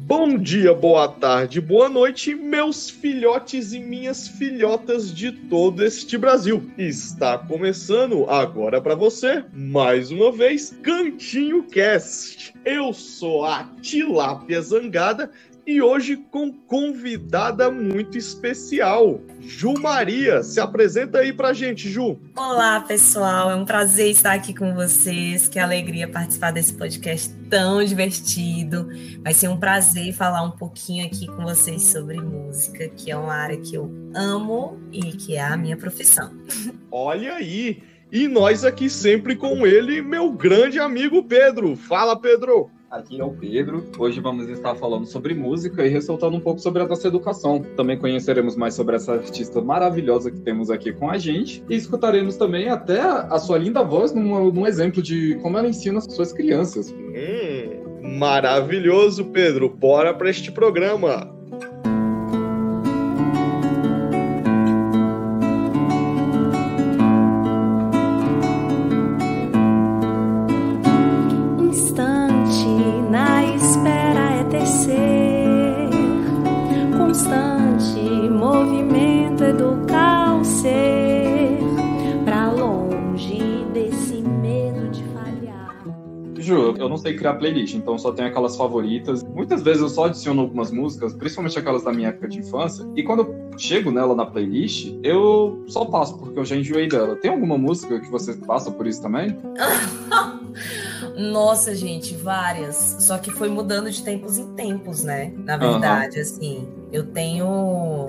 Bom dia, boa tarde, boa noite, meus filhotes e minhas filhotas de todo este Brasil. Está começando agora para você, mais uma vez, Cantinho Cast. Eu sou a Tilápia Zangada e hoje com convidada muito especial, Ju Maria. Se apresenta aí pra gente, Ju. Olá, pessoal. É um prazer estar aqui com vocês. Que alegria participar desse podcast tão divertido. Vai ser um prazer falar um pouquinho aqui com vocês sobre música, que é uma área que eu amo e que é a minha profissão. Olha aí. E nós aqui sempre com ele, meu grande amigo Pedro. Fala, Pedro. Aqui é o Pedro. Hoje vamos estar falando sobre música e ressaltando um pouco sobre a nossa educação. Também conheceremos mais sobre essa artista maravilhosa que temos aqui com a gente e escutaremos também até a sua linda voz num exemplo de como ela ensina as suas crianças. Maravilhoso, Pedro. Bora para este programa. Eu não sei criar playlist, então só tenho aquelas favoritas. Muitas vezes eu só adiciono algumas músicas, principalmente aquelas da minha época de infância, e quando eu chego nela na playlist, eu só passo, porque eu já enjoei dela. Tem alguma música que você passa por isso também? Nossa, gente, várias. Só que foi mudando de tempos em tempos, né? Na verdade, assim, eu tenho...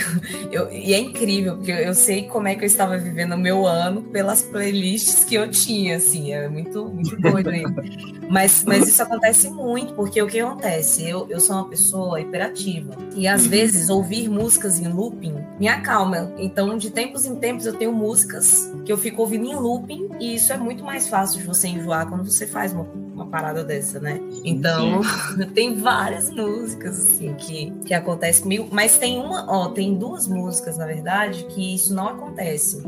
E é incrível, porque eu sei como é que eu estava vivendo o meu ano pelas playlists que eu tinha, assim, é muito, muito doido ainda. Mas isso acontece muito, porque o que acontece? Eu sou uma pessoa hiperativa, e às vezes ouvir músicas em looping me acalma. Então, de tempos em tempos, eu tenho músicas que eu fico ouvindo em looping, e isso é muito mais fácil de você enjoar quando você faz uma parada dessa, né? Então, tem várias músicas, assim, que acontecem comigo, mas tem duas músicas, na verdade, que isso não acontece.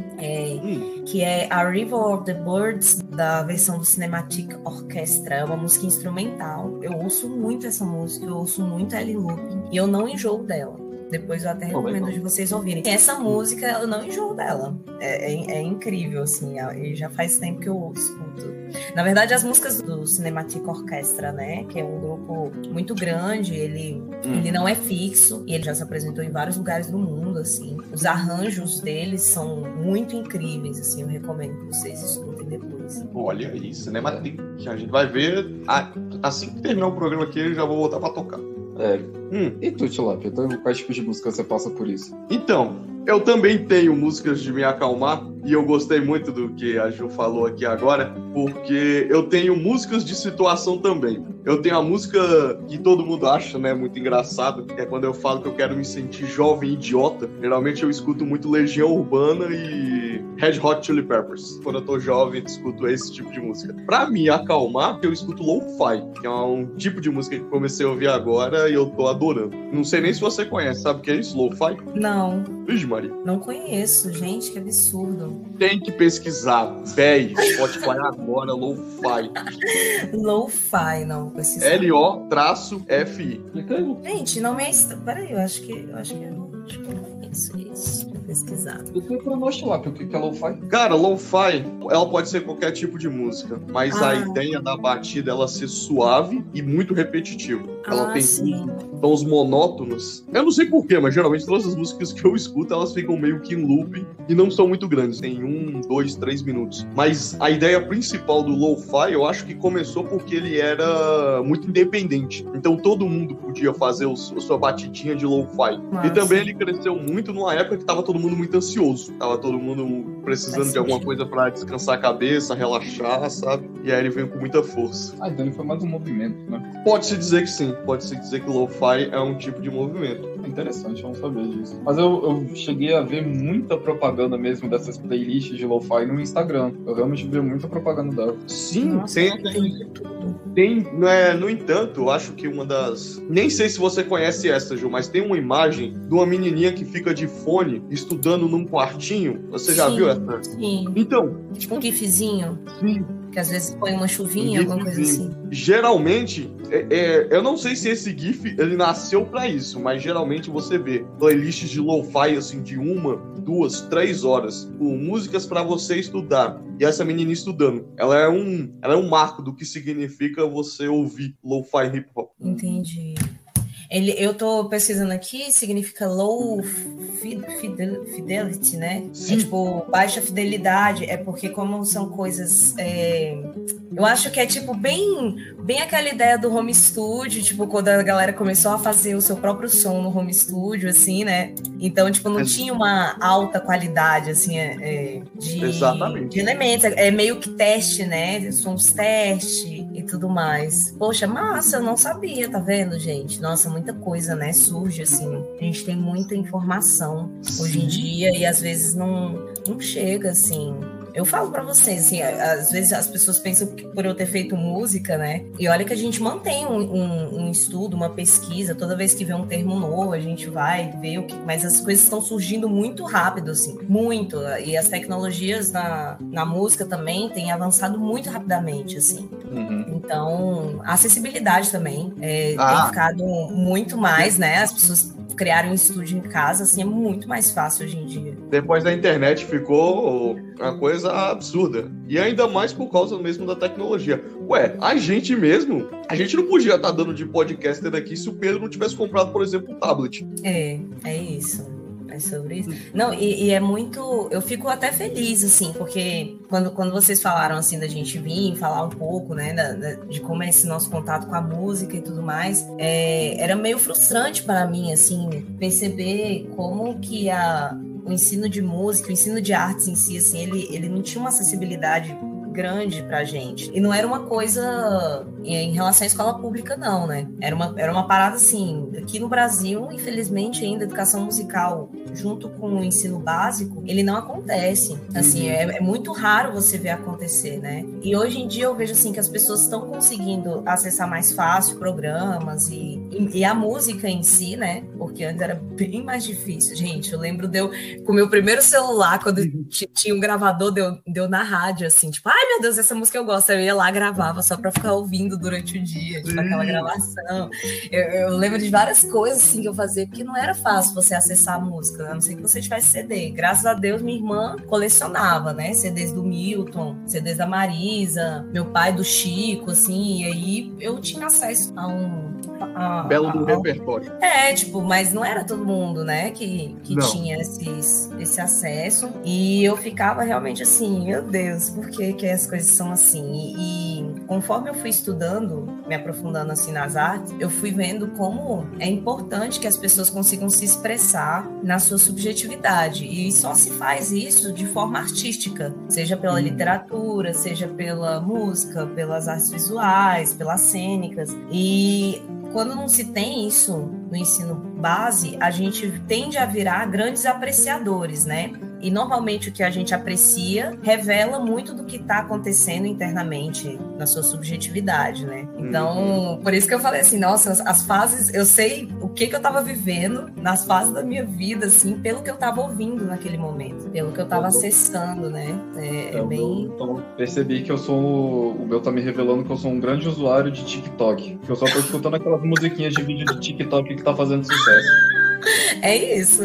Que é a River of the Birds, da versão do Cinematic Orchestra. É uma música instrumental. Eu ouço muito essa música, eu ouço muito ela em looping, e eu não enjoo dela. Depois eu até recomendo de vocês ouvirem. Essa música, eu não enjoo dela. É incrível, assim, e já faz tempo que eu escuto. Na verdade, as músicas do Cinematic Orchestra, né, que é um grupo muito grande, ele não é fixo, e ele já se apresentou em vários lugares do mundo, assim. Os arranjos deles são muito incríveis, assim, eu recomendo que vocês escutem depois. Olha aí, Cinematic, que a gente vai ver assim que terminar o programa aqui, eu já vou voltar pra tocar. E tu, Tilápia? Então, quais tipos de música você passa por isso? Então, eu também tenho músicas de me acalmar, e eu gostei muito do que a Ju falou aqui agora, porque eu tenho músicas de situação também. Eu tenho a música que todo mundo acha, né, muito engraçado, que é quando eu falo que eu quero me sentir jovem idiota. Geralmente eu escuto muito Legião Urbana e Red Hot Chili Peppers. Quando eu tô jovem, eu escuto esse tipo de música. Pra me acalmar, eu escuto Lo-Fi, que é um tipo de música que eu comecei a ouvir agora e eu tô adorando. Não sei nem se você conhece, sabe o que é isso, Lo-Fi? Não. Vixe, Maria. Não conheço, gente, que absurdo. Tem que pesquisar. Véi, Spotify agora, Lo-Fi. Lo-Fi, não, pesquisar. L-O-F-I. Gente, não me é estranho. Peraí, eu acho que eu não conheço isso. Pesquisar. Eu tenho pra nós, Tilápia, o que é Lo-Fi? Cara, Lo-Fi, ela pode ser qualquer tipo de música, mas a ideia da batida é ela ser suave e muito repetitiva. Ela tem tons monótonos. Eu não sei porquê, mas geralmente todas as músicas que eu escuto, elas ficam meio que em looping e não são muito grandes. Tem 1, 2, 3 minutos. Mas a ideia principal do Lo-Fi, eu acho que começou porque ele era muito independente. Então todo mundo podia fazer a sua batidinha de Lo-Fi. E também ele cresceu muito numa época que tava todo mundo muito ansioso. Tava todo mundo precisando de alguma coisa pra descansar a cabeça, relaxar, sabe? E aí ele veio com muita força. Então ele foi mais um movimento, né? Pode-se dizer que sim. Pode-se dizer que o Lo-Fi é um tipo de movimento. Interessante, eu não sabia disso. Mas eu cheguei a ver muita propaganda mesmo dessas playlists de Lo-Fi no Instagram. Eu realmente vi muita propaganda dela. Sim, tem, no entanto, eu acho que uma das... Nem sei se você conhece essa, Ju, mas tem uma imagem de uma menininha que fica de fone estudando num quartinho. Você já viu essa? Sim. Então... Tipo um gifzinho. Sim. Que às vezes põe uma chuvinha, alguma coisa assim. Geralmente, eu não sei se esse GIF ele nasceu pra isso, mas geralmente você vê playlists de lo-fi assim de 1, 2, 3 horas com músicas pra você estudar. E essa menina estudando, ela é um marco do que significa você ouvir lo-fi hip hop. Entendi. Eu tô pesquisando aqui, significa low fidelity, né? Sim. É tipo, baixa fidelidade, é porque como são coisas... eu acho que é tipo bem aquela ideia do home studio, tipo, quando a galera começou a fazer o seu próprio som no home studio, assim, né? Então, tipo, não tinha uma alta qualidade, assim, de elementos. É meio que teste, né? Sons teste e tudo mais. Poxa, massa, eu não sabia, tá vendo, gente? Nossa, muita coisa, né? Surge, assim. A gente tem muita informação hoje em dia e às vezes não chega, assim. Eu falo pra vocês, assim, às vezes as pessoas pensam que por eu ter feito música, né? E olha que a gente mantém um estudo, uma pesquisa, toda vez que vê um termo novo, a gente vai ver o que... Mas as coisas estão surgindo muito rápido, assim, muito. E as tecnologias na música também têm avançado muito rapidamente, assim. Então, a acessibilidade também tem ficado muito mais, né? As pessoas criarem um estúdio em casa, assim, é muito mais fácil hoje em dia. Depois da internet ficou uma coisa absurda. E ainda mais por causa mesmo da tecnologia. Ué, a gente não podia estar dando de podcaster aqui se o Pedro não tivesse comprado, por exemplo, um tablet. É isso. É sobre isso. Não, e é muito... Eu fico até feliz, assim, porque quando vocês falaram, assim, da gente vir falar um pouco, né, de como é esse nosso contato com a música e tudo mais, era meio frustrante para mim, assim, perceber como que o ensino de música, o ensino de artes em si, assim, ele não tinha uma acessibilidade grande pra gente. E não era uma coisa em relação à escola pública, não, né? Era uma parada assim, aqui no Brasil, infelizmente, ainda a educação musical, junto com o ensino básico, ele não acontece. Assim, é muito raro você ver acontecer, né? E hoje em dia eu vejo assim que as pessoas estão conseguindo acessar mais fácil programas e a música em si, né? Porque antes era bem mais difícil. Gente, eu lembro com o meu primeiro celular, quando tinha um gravador, deu na rádio, assim, tipo, ai meu Deus, essa música eu gosto. Eu ia lá, gravava só pra ficar ouvindo durante o dia, tipo, aquela gravação. Eu lembro de várias coisas, assim, que eu fazia, porque não era fácil você acessar a música, né? A não ser que você tivesse CD. Graças a Deus, minha irmã colecionava, né? CDs do Milton, CDs da Marisa, meu pai do Chico, assim, e aí eu tinha acesso a belo do repertório. Tipo, mas não era todo mundo, né, que tinha esse acesso. E eu ficava realmente assim, meu Deus, por que as coisas são assim? E conforme eu fui estudando, me aprofundando assim nas artes, eu fui vendo como é importante que as pessoas consigam se expressar na sua subjetividade. E só se faz isso de forma artística, seja pela literatura, seja pela música, pelas artes visuais, pelas cênicas. E quando não se tem isso no ensino base, a gente tende a virar grandes apreciadores, né? E normalmente o que a gente aprecia revela muito do que está acontecendo internamente na sua subjetividade, né? Então, por isso que eu falei assim, nossa, as fases, eu sei o que eu estava vivendo nas fases da minha vida, assim, pelo que eu estava ouvindo naquele momento, pelo que eu estava acessando, né? Então, percebi que o meu tá me revelando que eu sou um grande usuário de TikTok, que eu só tô escutando aquelas musiquinhas de vídeo de TikTok que tá fazendo sucesso. É isso.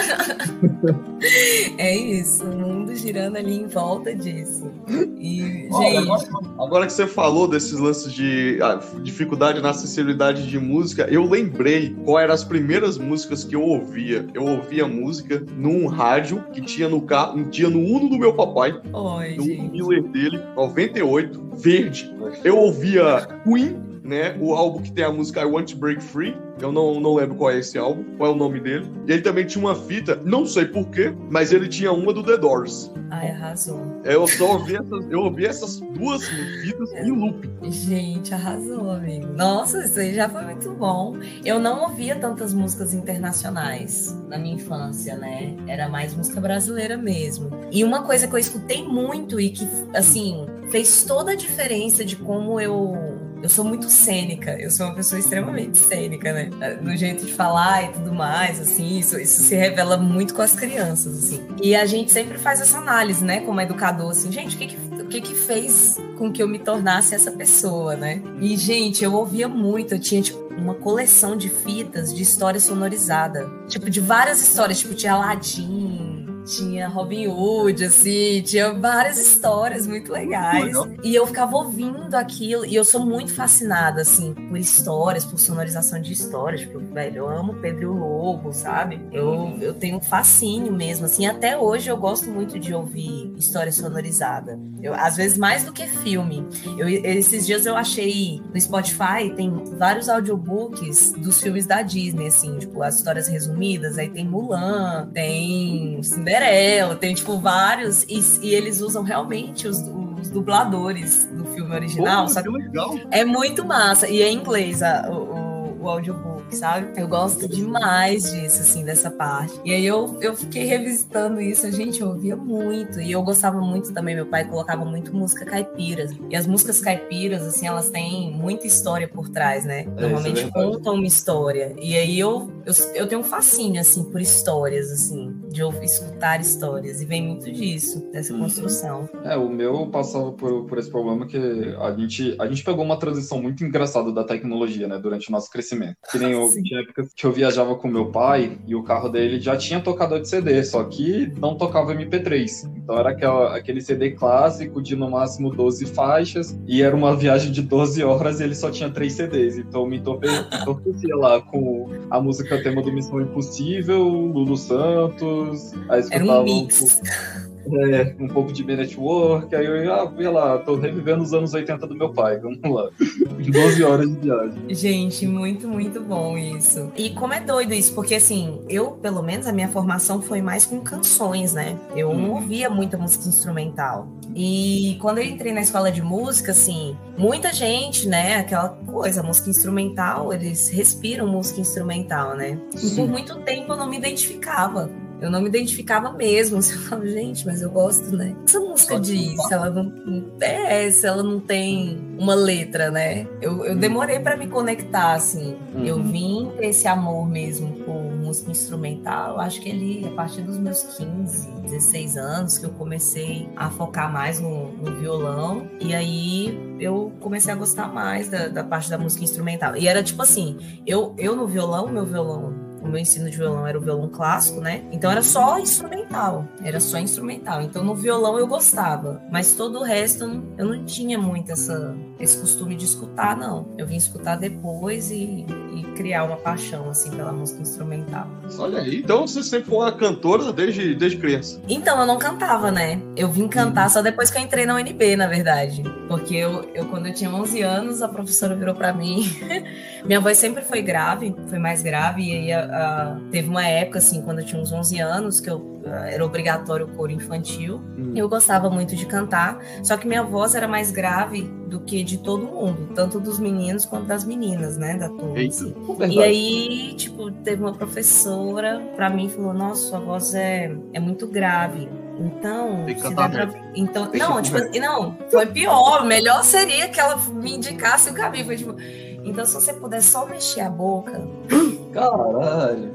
É isso. O mundo girando ali em volta disso. E, gente... Agora que você falou desses lances de dificuldade na acessibilidade de música, eu lembrei qual eram as primeiras músicas que eu ouvia. Eu ouvia música num rádio que tinha no carro, tinha no Uno do meu papai. Oi, no gente. Miller dele, 98, verde. Eu ouvia Queen, né? O álbum que tem a música I Want to Break Free. Eu não lembro qual é esse álbum, qual é o nome dele. E ele também tinha uma fita, não sei porquê, mas ele tinha uma do The Doors. Ai, arrasou. Eu ouvi essas duas fitas em loop. Gente, arrasou, amigo. Nossa, isso aí já foi muito bom. Eu não ouvia tantas músicas internacionais na minha infância, né? Era mais música brasileira mesmo. E uma coisa que eu escutei muito e que, assim, fez toda a diferença de como eu sou muito cênica, eu sou uma pessoa extremamente cênica, né? No jeito de falar e tudo mais, assim, isso se revela muito com as crianças, assim. E a gente sempre faz essa análise, né, como educador, assim, gente, que fez com que eu me tornasse essa pessoa, né? E, gente, eu ouvia muito, eu tinha, tipo, uma coleção de fitas de história sonorizada. Tipo, de várias histórias, tipo, tinha Aladdin, tinha Robin Hood, assim, tinha várias histórias muito legais. E eu ficava ouvindo aquilo, e eu sou muito fascinada, assim, por histórias, por sonorização de histórias. Tipo, velho, eu amo Pedro e o Lobo, sabe? Eu tenho um fascínio mesmo, assim. Até hoje eu gosto muito de ouvir história sonorizada. Às vezes mais do que filme. Esses dias eu achei no Spotify, tem vários audiobooks dos filmes da Disney, assim, tipo, as histórias resumidas. Aí tem Mulan, tem Cinderela, tem, tipo, vários. E eles usam realmente os dubladores do filme original. Pô, só que legal. É muito massa. E é em inglês o audiobook, sabe? Eu gosto demais disso, assim, dessa parte. E aí eu fiquei revisitando isso. Gente, eu ouvia muito. E eu gostava muito também. Meu pai colocava muito música caipira. E as músicas caipiras, assim, elas têm muita história por trás, né? Normalmente contam uma história. E aí eu tenho um fascínio, assim, por histórias, assim, de escutar histórias. E vem muito disso, dessa construção. O meu passava por esse problema que a gente pegou uma transição muito engraçada da tecnologia, né? Durante o nosso crescimento. Que nem tinha épocas que eu viajava com meu pai e o carro dele já tinha tocador de CD, só que não tocava MP3. Então era aquele CD clássico de no máximo 12 faixas e era uma viagem de 12 horas e ele só tinha 3 CDs. Então me entorpecia lá com a música tema do Missão Impossível, Lulu Santos, aí escutava era um mix. Um pouco de B-Network, aí eu ia lá, tô revivendo os anos 80 do meu pai, vamos lá. 12 horas de viagem. Gente, muito, muito bom isso. E como é doido isso, porque assim, eu, pelo menos, a minha formação foi mais com canções, né? Eu não ouvia muita música instrumental. E quando eu entrei na escola de música, assim, muita gente, né, aquela coisa, música instrumental, eles respiram música instrumental, né? E por muito tempo eu não me identificava. Eu não me identificava mesmo. Eu falava, gente, mas eu gosto, né? Essa música diz, se ela não tem uma letra, né? Eu demorei pra me conectar, assim. Eu vim ter esse amor mesmo por música instrumental. Acho que a partir dos meus 15, 16 anos, que eu comecei a focar mais no violão. E aí eu comecei a gostar mais da parte da música instrumental. E era tipo assim, eu no violão, o meu ensino de violão era o violão clássico, né? Então era só instrumental. Então no violão eu gostava. Mas todo o resto eu não tinha muito esse costume de escutar, não. Eu vim escutar depois e criar uma paixão, assim, pela música instrumental. Olha aí, então você sempre foi uma cantora desde criança? Então, eu não cantava, né? Eu vim cantar só depois que eu entrei na UNB, na verdade. Porque eu quando eu tinha 11 anos, a professora virou pra mim. Minha voz sempre foi grave, foi mais grave. E aí teve uma época, assim, quando eu tinha uns 11 anos, que era obrigatório o coro infantil. Eu gostava muito de cantar, só que minha voz era mais grave do que de todo mundo, tanto dos meninos quanto das meninas, né, da turma. Assim. E aí, tipo, teve uma professora pra mim, falou, nossa, sua voz é muito grave. Então, se dá pra... então não, tipo assim, não, foi pior. Melhor seria que ela me indicasse o caminho. Foi tipo, então se você puder só mexer a boca. Caralho.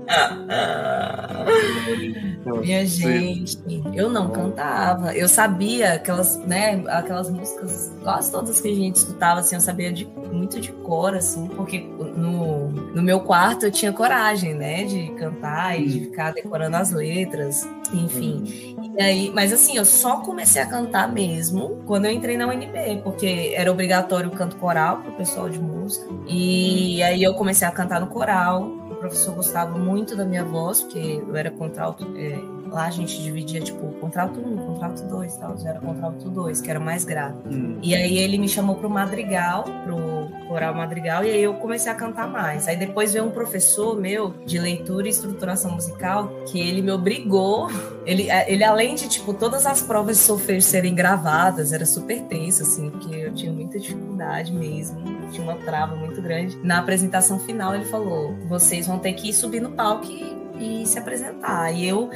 Minha gente, eu não cantava. Eu sabia aquelas músicas, quase todas que a gente escutava, assim, eu sabia muito de cor, assim, porque no meu quarto eu tinha coragem, né, de cantar e de ficar decorando as letras, enfim. E aí, mas assim, eu só comecei a cantar mesmo quando eu entrei na UNB, porque era obrigatório o canto coral pro pessoal de música. E aí eu comecei a cantar no coral. O professor gostava muito da minha voz, porque eu era contralto. Lá a gente dividia, tipo, contralto 1, contralto 2 e tal. Eu era contralto 2, que era mais grave. E aí ele me chamou pro madrigal, pro coral madrigal, e aí eu comecei a cantar mais. Aí depois veio um professor meu de leitura e estruturação musical, que ele me obrigou. Ele além de, tipo, todas as provas de solfejo serem gravadas, era super tenso, assim, porque eu tinha muita dificuldade mesmo. Tinha uma trava muito grande. Na apresentação final, ele falou, vocês vão ter que subir no palco e e se apresentar. E eu,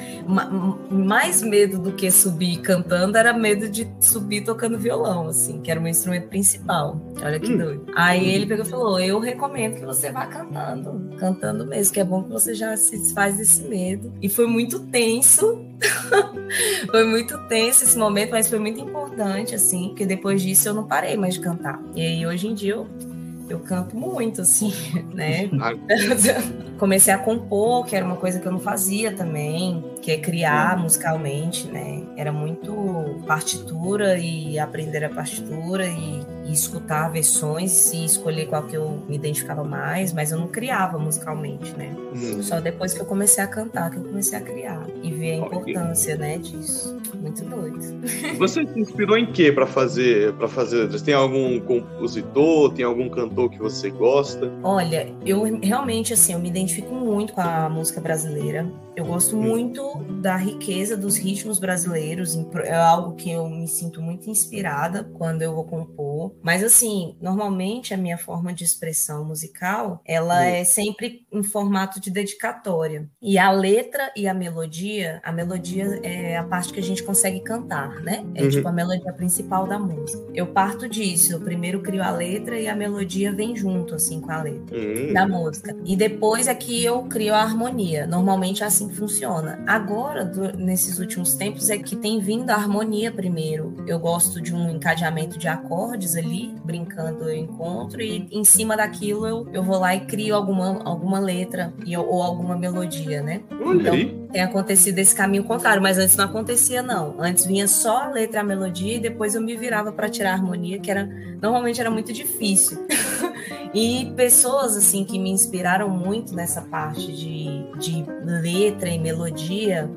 mais medo do que subir cantando, era medo de subir tocando violão, assim, que era o meu instrumento principal. Olha que doido. Aí ele pegou e falou, eu recomendo que você vá cantando mesmo, que é bom que você já se desfaz desse medo. E foi muito tenso, foi muito tenso esse momento, mas foi muito importante, assim, porque depois disso eu não parei mais de cantar. E aí, hoje em dia, eu canto muito, assim, né? Comecei a compor, que era uma coisa que eu não fazia também, que é criar musicalmente, né? Era muito partitura e aprender a partitura e escutar versões e escolher qual que eu me identificava mais, mas eu não criava musicalmente, né? Só depois que eu comecei a cantar, que eu comecei a criar e ver a importância, né, disso. Muito doido. Você se inspirou em quê para fazer? Tem algum compositor, tem algum cantor que você gosta? Olha, eu realmente, assim, eu me identifico muito com a música brasileira. Eu gosto muito da riqueza dos ritmos brasileiros. É algo que eu me sinto muito inspirada quando eu vou compor. Mas, assim, normalmente a minha forma de expressão musical, ela é sempre em formato de dedicatória. E a letra e a melodia é a parte que a gente consegue cantar, né? É tipo a melodia principal da música. Eu parto disso. Eu primeiro crio a letra e a melodia vem junto, assim, com a letra da música. E depois é que eu crio a harmonia. Normalmente é assim que funciona. Agora, nesses últimos tempos, é que tem vindo a harmonia primeiro. Eu gosto de um encadeamento de acordes ali, brincando eu encontro, e em cima daquilo eu vou lá e crio alguma letra ou alguma melodia, né? Olha aí. Então, tem acontecido esse caminho contrário, mas antes não acontecia, não. Antes vinha só a letra e a melodia e depois eu me virava para tirar a harmonia, que normalmente era muito difícil. E pessoas, assim, que me inspiraram muito nessa parte de letra e melodia,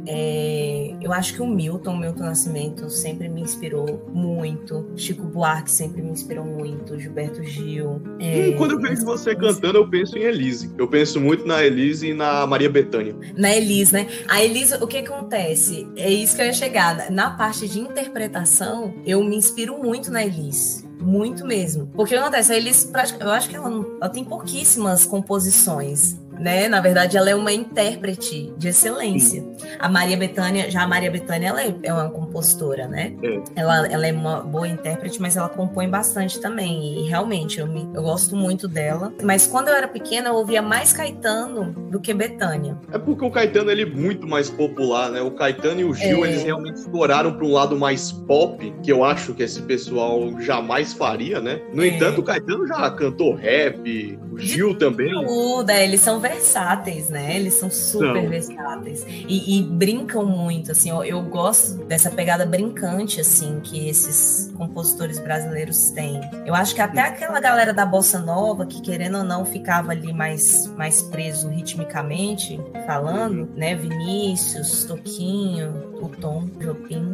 eu acho que o Milton Nascimento sempre me inspirou muito. Chico Buarque sempre me inspirou muito. Gilberto Gil. Quando eu vejo você cantando, eu penso em Elise. Eu penso muito na Elise e na Maria Bethânia. Na Elise, né? A Elise, o que acontece? É isso que eu ia chegar. Na parte de interpretação, eu me inspiro muito na Elise. Muito mesmo. Porque o que acontece? A Elise, eu acho que ela tem pouquíssimas composições, né? Na verdade, ela é uma intérprete de excelência. A Maria Bethânia ela é uma compositora, né? Ela é uma boa intérprete, mas ela compõe bastante também. E realmente, eu gosto muito dela. Mas quando eu era pequena, eu ouvia mais Caetano do que Bethânia. É porque o Caetano, ele é muito mais popular, né? O Caetano e o Gil, eles realmente exploraram para um lado mais pop, que eu acho que esse pessoal jamais faria, né? No entanto, o Caetano já cantou rap, o Gil também. Tudo, eles são versáteis, né? Eles são super versáteis. E brincam muito, assim. Eu gosto dessa pegada brincante, assim, que esses compositores brasileiros têm. Eu acho que até aquela galera da Bossa Nova, que querendo ou não, ficava ali mais preso ritmicamente, falando, né? Vinícius, Toquinho, o Tom Jobim.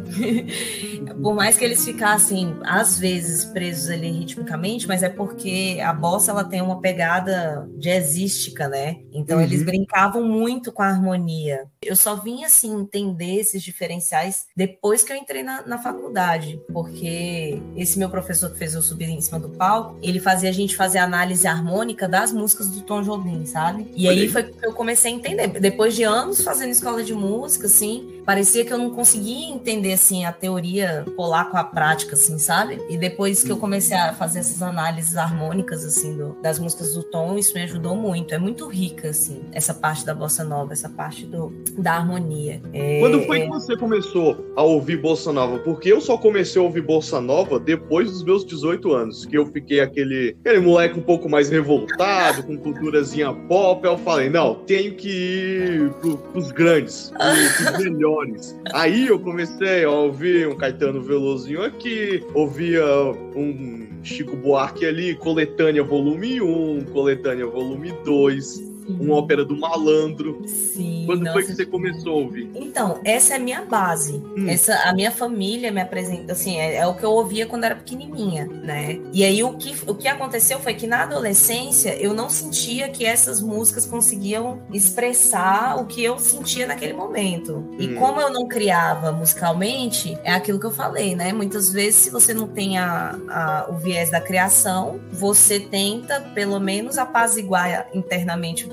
Por mais que eles ficassem, às vezes, presos ali ritmicamente, mas é porque a bossa, ela tem uma pegada jazzística, né? Então, eles brincavam muito com a harmonia. Eu só vim, assim, entender esses diferenciais depois que eu entrei na faculdade, porque esse meu professor que fez eu subir em cima do palco, ele fazia a gente fazer análise harmônica das músicas do Tom Jobim, sabe? E aí foi que eu comecei a entender. Depois de anos fazendo escola de música, assim, parecia que eu não conseguia entender, assim, a teoria colar com a prática, assim, sabe? E depois que eu comecei a fazer essas análises harmônicas, assim, das músicas do Tom, isso me ajudou muito. É muito rica, assim, essa parte da bossa nova, essa parte da harmonia. Quando foi que você começou a ouvir bossa nova? Porque eu só comecei a ouvir bossa nova depois dos meus 18 anos, que eu fiquei aquele moleque um pouco mais revoltado, com culturazinha pop. Eu falei, não, tenho que ir pros grandes, pros melhores. Aí eu comecei a ouvir um Caetano Velozinho aqui, ouvia um Chico Buarque ali, Coletânea Volume 1, Coletânea Volume 2, uma ópera do Malandro. Sim. Quando foi que você começou a ouvir? Então, essa é a minha base. A minha família me apresenta, assim, é o que eu ouvia quando era pequenininha, né? E aí o que aconteceu foi que na adolescência eu não sentia que essas músicas conseguiam expressar o que eu sentia naquele momento. E como eu não criava musicalmente, é aquilo que eu falei, né? Muitas vezes, se você não tem o viés da criação, você tenta, pelo menos, apaziguar internamente o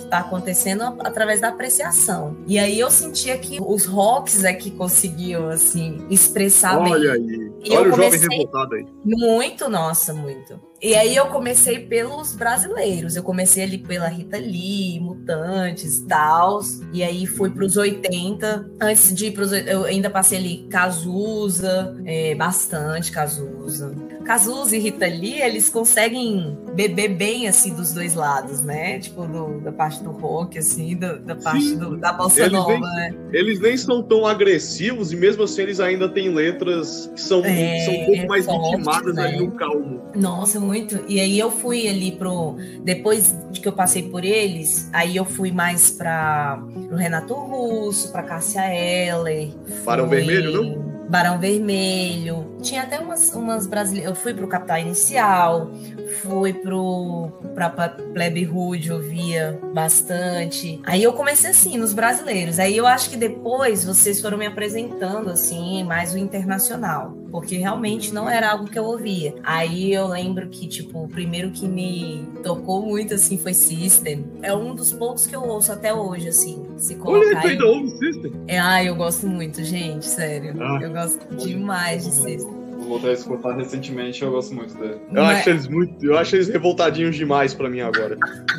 tá acontecendo através da apreciação. E aí eu sentia que os rocks é que conseguiam, assim, expressar bem. Olha aí. E olha o jovem revoltado aí. Muito, nossa, muito. E aí eu comecei pelos brasileiros. Eu comecei ali pela Rita Lee, Mutantes e tal. E aí fui pros 80. Antes de ir pros... Eu ainda passei ali Cazuza, bastante Cazuza. Cazuza e Rita Lee, eles conseguem beber bem, assim, dos dois lados, né? Tipo, da parte do rock, assim, da parte da bossa nova, né? Eles nem são tão agressivos e mesmo assim eles ainda têm letras que são um pouco mais ritmadas, né? Ali no calmo. Nossa, muito. E aí eu fui ali depois de que eu passei por eles, aí eu fui mais pro Renato Russo, pra Cássia Eller. Barão Vermelho, não? Barão Vermelho. Tinha até umas brasileiras. Eu fui pro Capital Inicial, fui pra Plebe Rude, eu via bastante. Aí eu comecei assim, nos brasileiros. Aí eu acho que depois vocês foram me apresentando, assim, mais o internacional. Porque realmente não era algo que eu ouvia. Aí eu lembro que, tipo, o primeiro que me tocou muito, assim, foi System. É um dos poucos que eu ouço até hoje, assim. Se colocar. Olha, tu ainda ouve System? Eu gosto muito, gente, sério. Eu gosto demais de System. Voltei a escutar recentemente, eu gosto muito dele. Eu acho eles revoltadinhos demais pra mim agora.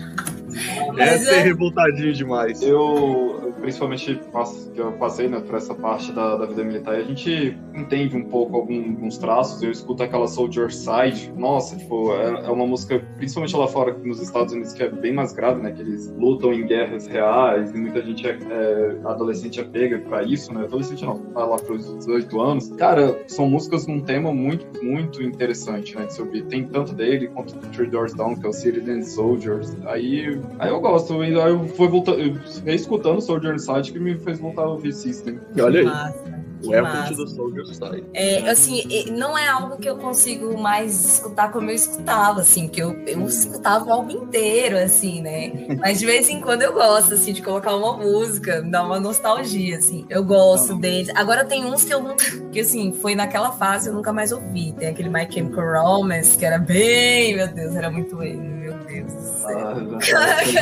É revoltadinho demais. Eu, principalmente, que eu passei, né, por essa parte da vida militar, e a gente entende um pouco alguns traços. Eu escuto aquela Soldier Side. Nossa, tipo, é uma música, principalmente lá fora, nos Estados Unidos, que é bem mais grave, né, que eles lutam em guerras reais, e muita gente adolescente é pega pra isso, né, adolescente não, vai lá pros 18 anos. Cara, são músicas num tema muito, muito interessante, né, de se ouvir. Tem tanto dele quanto do Three Doors Down, que é o Citizen Soldiers. Aí eu gosto, aí eu fui reescutando Soldier Inside que me fez voltar a ouvir System. Olha aí. Massa. O Welcome to the Soldier Side. Assim, não é algo que eu consigo mais escutar como eu escutava, assim, que eu escutava o álbum inteiro, assim, né? Mas de vez em quando eu gosto, assim, de colocar uma música, me dá uma nostalgia, assim. Eu gosto deles. Agora tem uns que eu nunca... Que, assim, foi naquela fase eu nunca mais ouvi. Tem aquele My Chemical Romance, que era bem... Meu Deus, era muito ele, meu Deus do céu.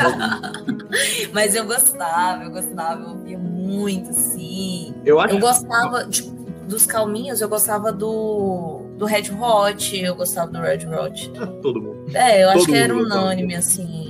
Mas eu gostava, eu ouvia muito, assim. Eu gostava, tipo, dos calminhos, eu gostava do Red Hot, eu gostava do Red Hot. Todo mundo. Eu acho que era unânime, assim.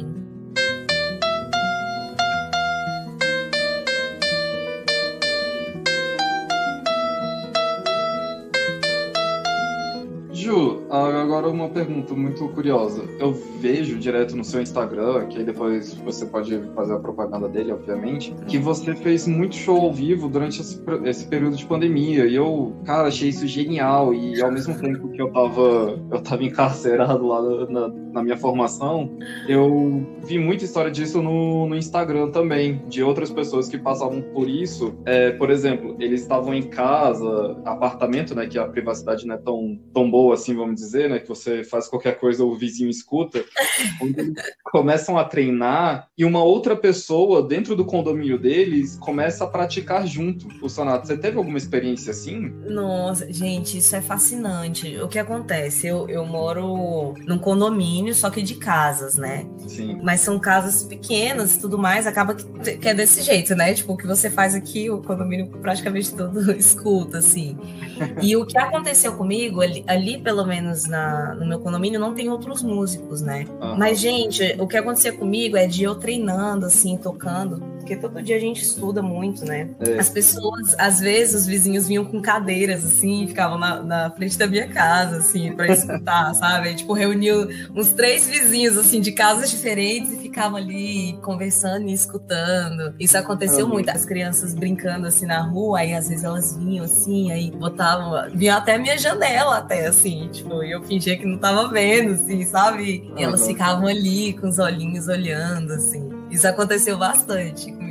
Ju, agora uma pergunta muito curiosa. Eu vejo direto no seu Instagram, que aí depois você pode fazer a propaganda dele, obviamente, que você fez muito show ao vivo durante esse período de pandemia. E eu, cara, achei isso genial. E ao mesmo tempo que eu tava encarcerado lá na minha formação, eu vi muita história disso no Instagram também, de outras pessoas que passavam por isso. Por exemplo, eles estavam em casa, apartamento, né, que a privacidade não é tão boa assim, vamos dizer, né, que você faz qualquer coisa, o vizinho escuta, onde eles começam a treinar e uma outra pessoa dentro do condomínio deles começa a praticar junto o sonato. Você teve alguma experiência assim? Nossa, gente, isso é fascinante. O que acontece? Eu moro num condomínio, só que de casas, né? Sim. Mas são casas pequenas e tudo mais, acaba que é desse jeito, né? Tipo, o que você faz aqui, o condomínio praticamente todo escuta, assim. E o que aconteceu comigo, ali pelo menos no meu condomínio, não tem outros músicos, né? Uhum. Mas, gente, o que acontecia comigo é de eu treinando, assim, tocando, porque todo dia a gente estuda muito, né? As pessoas, às vezes, os vizinhos vinham com cadeiras, assim, ficavam na frente da minha casa, assim, pra escutar, sabe? Aí, tipo, reuniu uns 3 vizinhos, assim, de casas diferentes e ficavam ali conversando e escutando. Isso aconteceu muito. As crianças brincando, assim, na rua, aí, às vezes, elas vinham, assim, aí vinham até a minha janela, até, assim, tipo, e eu fingia que não tava vendo, assim, sabe? E elas ficavam ali, com os olhinhos olhando, assim. Isso aconteceu bastante comigo.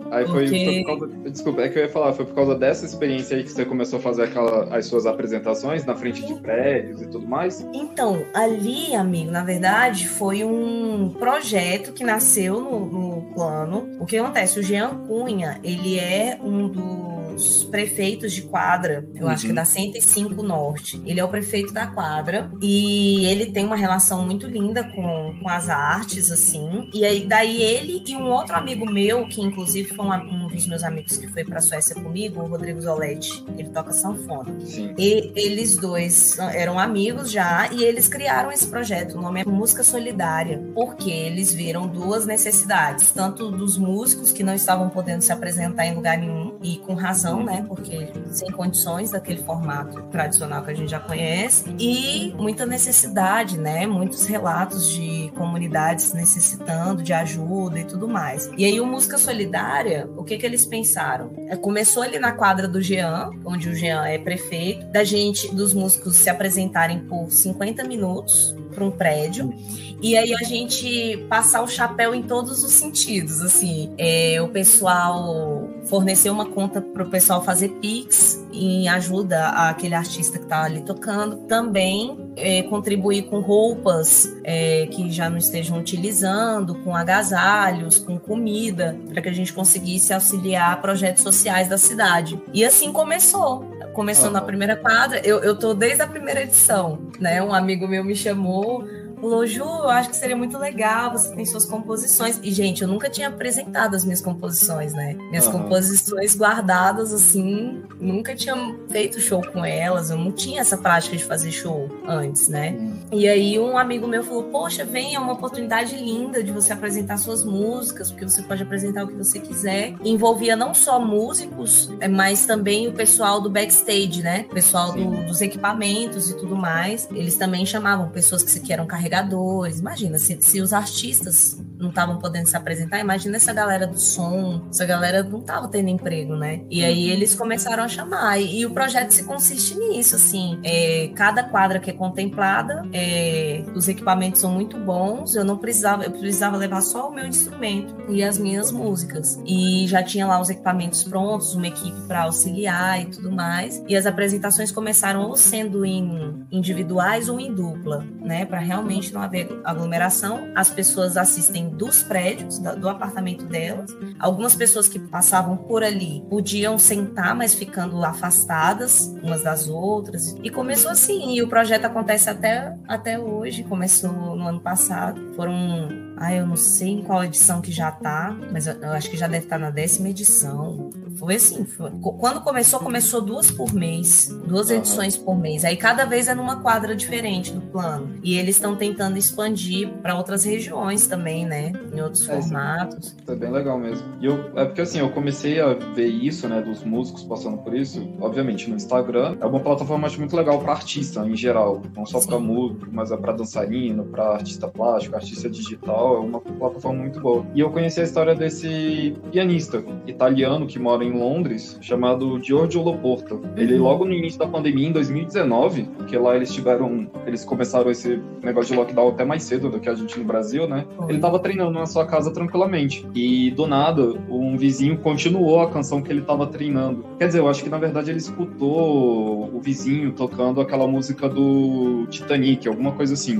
Aí foi por causa... Desculpa, é que eu ia falar, foi por causa dessa experiência aí que você começou a fazer as suas apresentações na frente de prédios e tudo mais? Então, ali, amigo, na verdade, foi um projeto que nasceu no plano. O que acontece? O Jean Cunha, ele é um dos prefeitos de Quadra, eu acho que é da 105 Norte. Ele é o prefeito da Quadra e ele tem uma relação muito linda com as artes, assim. E aí, daí ele e um outro amigo meu, que inclusive foi um dos meus amigos que foi pra Suécia comigo, o Rodrigo Zoletti, ele toca sanfona. Sim. E eles dois eram amigos já e eles criaram esse projeto, o nome é Música Solidária, porque eles viram duas necessidades, tanto dos músicos que não estavam podendo se apresentar em lugar nenhum, e com razão, né, porque sem condições daquele formato tradicional que a gente já conhece, e muita necessidade, né, muitos relatos de comunidades necessitando de ajuda e tudo mais. E aí o Música Solidária, o que eles pensaram? Começou ali na quadra do Jean, onde o Jean é prefeito, dos músicos se apresentarem por 50 minutos para um prédio, e aí a gente passar o chapéu em todos os sentidos, assim, o pessoal forneceu uma conta para o pessoal fazer Pix em ajuda àquele artista que está ali tocando, também contribuir com roupas que já não estejam utilizando, com agasalhos, com comida, para que a gente conseguisse auxiliar projetos sociais da cidade. E assim começou na primeira quadra. Eu tô desde a primeira edição, né? Um amigo meu me chamou, falou, Ju, eu acho que seria muito legal, você tem suas composições. E, gente, eu nunca tinha apresentado as minhas composições, né? Minhas composições guardadas, assim, nunca tinha feito show com elas, eu não tinha essa prática de fazer show antes, né? E aí um amigo meu falou, poxa, vem, é uma oportunidade linda de você apresentar suas músicas, porque você pode apresentar o que você quiser. E envolvia não só músicos, mas também o pessoal do backstage, né? O pessoal dos equipamentos e tudo mais. Eles também chamavam pessoas que eram carregadores. Imagina, se os artistas não estavam podendo se apresentar, imagina essa galera do som, essa galera não estava tendo emprego, né? E aí eles começaram a chamar, e o projeto se consiste nisso, assim, cada quadra que é contemplada, os equipamentos são muito bons, eu precisava levar só o meu instrumento e as minhas músicas, e já tinha lá os equipamentos prontos, uma equipe para auxiliar e tudo mais, e as apresentações começaram ou sendo individuais ou em dupla, né? Para realmente não haver aglomeração, as pessoas assistem dos prédios, do apartamento delas. Algumas pessoas que passavam por ali podiam sentar, mas ficando afastadas umas das outras. E começou assim, e o projeto acontece até hoje, começou no ano passado. Foram, eu não sei em qual edição que já tá, mas eu acho que já deve estar na 10ª edição. Foi assim, quando começou 2 por mês, 2 edições por mês. Aí cada vez é numa quadra diferente do plano. E eles estão tentando expandir para outras regiões também, né? Em outros formatos. Isso é bem legal mesmo. E porque assim, eu comecei a ver isso, né, dos músicos passando por isso, obviamente no Instagram. É uma plataforma, acho, muito legal para artista em geral. Não só para músico, mas para dançarino, para artista plástico, artista digital. É uma plataforma muito boa. E eu conheci a história desse pianista italiano que mora em Londres, chamado Giorgio Loporta. Ele, logo no início da pandemia, em 2019, porque lá eles começaram esse negócio de lockdown até mais cedo do que a gente no Brasil, né? Ele tava treinando na sua casa tranquilamente. E, do nada, um vizinho continuou a canção que ele tava treinando. Quer dizer, eu acho que, na verdade, ele escutou o vizinho tocando aquela música do Titanic, alguma coisa assim.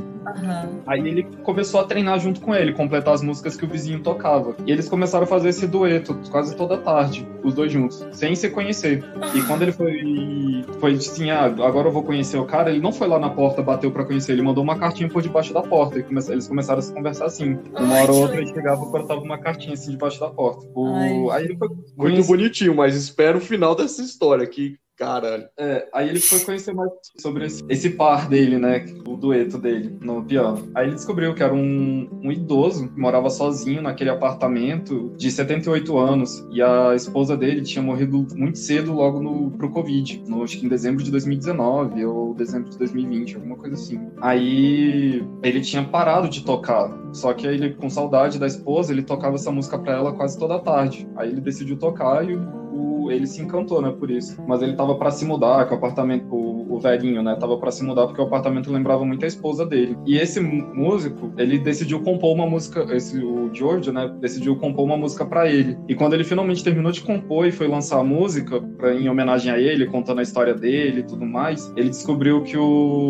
Aí ele começou a treinar junto com ele, completar as músicas que o vizinho tocava. E eles começaram a fazer esse dueto quase toda tarde, os dois juntos, sem se conhecer. E quando ele foi assim, agora eu vou conhecer o cara, ele não foi lá na porta, bateu pra conhecer, ele mandou uma cartinha por debaixo da porta. E eles começaram a se conversar assim. Uma hora ou outra ele chegava e cortava uma cartinha assim debaixo da porta. Aí ele foi muito bonitinho, mas espera o final dessa história aqui. Caralho. Aí ele foi conhecer mais sobre esse par dele, né? O dueto dele no piano. Aí ele descobriu que era um idoso que morava sozinho naquele apartamento de 78 anos. E a esposa dele tinha morrido muito cedo logo pro Covid. Acho que em dezembro de 2019 ou dezembro de 2020, alguma coisa assim. Aí ele tinha parado de tocar. Só que aí ele, com saudade da esposa, ele tocava essa música pra ela quase toda tarde. Aí ele decidiu tocar e ele se encantou, né, por isso. Mas ele tava tava pra se mudar, que o apartamento, o velhinho, né, tava pra se mudar porque o apartamento lembrava muito a esposa dele. E esse músico, ele decidiu compor uma música, o Giorgio, né, decidiu compor uma música pra ele. E quando ele finalmente terminou de compor e foi lançar a música em homenagem a ele, contando a história dele e tudo mais, ele descobriu que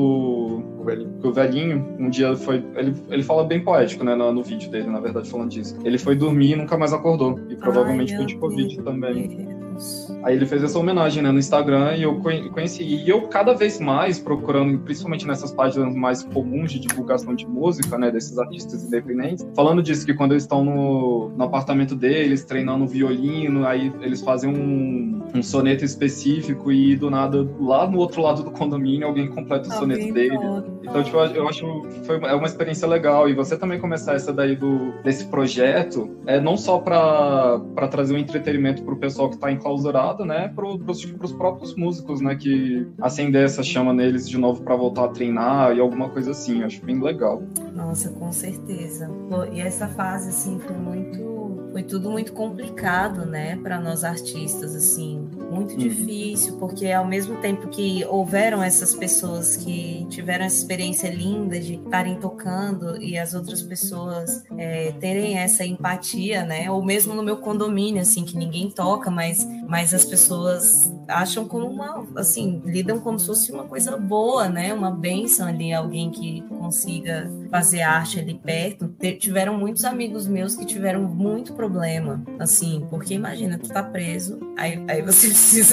o velhinho, um dia foi... Ele fala bem poético, né, no vídeo dele, na verdade, falando disso. Ele foi dormir e nunca mais acordou. E provavelmente foi de Covid também. Aí ele fez essa homenagem, né, no Instagram, e eu conheci. E eu, cada vez mais, procurando, principalmente nessas páginas mais comuns de divulgação de música, né, desses artistas independentes, falando disso, que quando eles estão no apartamento deles, treinando violino, aí eles fazem um soneto específico e, do nada, lá no outro lado do condomínio, alguém completa o soneto dele. Então, tipo, eu acho que é uma experiência legal. E você também começar essa daí desse projeto, não só para trazer um entretenimento pro pessoal que tá enclausurado, né, pros próprios músicos, né, que acender essa chama neles de novo para voltar a treinar e alguma coisa assim. Eu acho bem legal. Nossa, com certeza. E essa fase, assim, foi tudo muito complicado, né, para nós artistas, assim, muito difícil, porque ao mesmo tempo que houveram essas pessoas que tiveram essa experiência linda de estarem tocando e as outras pessoas terem essa empatia, né, ou mesmo no meu condomínio, assim, que ninguém toca, mas as pessoas acham como lidam como se fosse uma coisa boa, né, uma bênção ali, alguém que consiga fazer arte ali perto. Tiveram muitos amigos meus que tiveram muito problema, assim, porque imagina, tu tá preso, aí você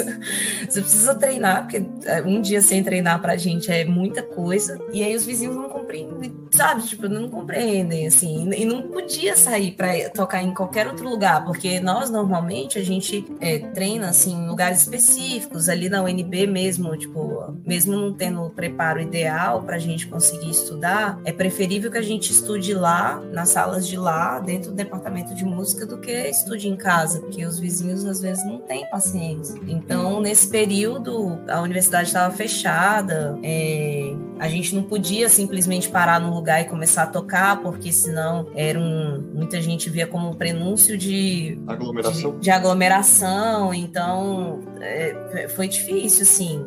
precisa treinar, porque um dia sem treinar pra gente é muita coisa, e aí os vizinhos não compreendem, sabe, tipo, não compreendem, assim, e não podia sair pra tocar em qualquer outro lugar, porque nós, normalmente, a gente treina, assim, em lugares específicos, ali na UNB mesmo, tipo, mesmo não tendo o preparo ideal pra gente conseguir estudar, é preferível que a gente estude lá, nas salas de lá, dentro do departamento de música, do que estude em casa, porque os vizinhos, às vezes, não têm paciência. Então, nesse período, a universidade estava fechada, a gente não podia simplesmente parar num lugar e começar a tocar, porque senão muita gente via como um prenúncio de aglomeração. Então, foi difícil, assim.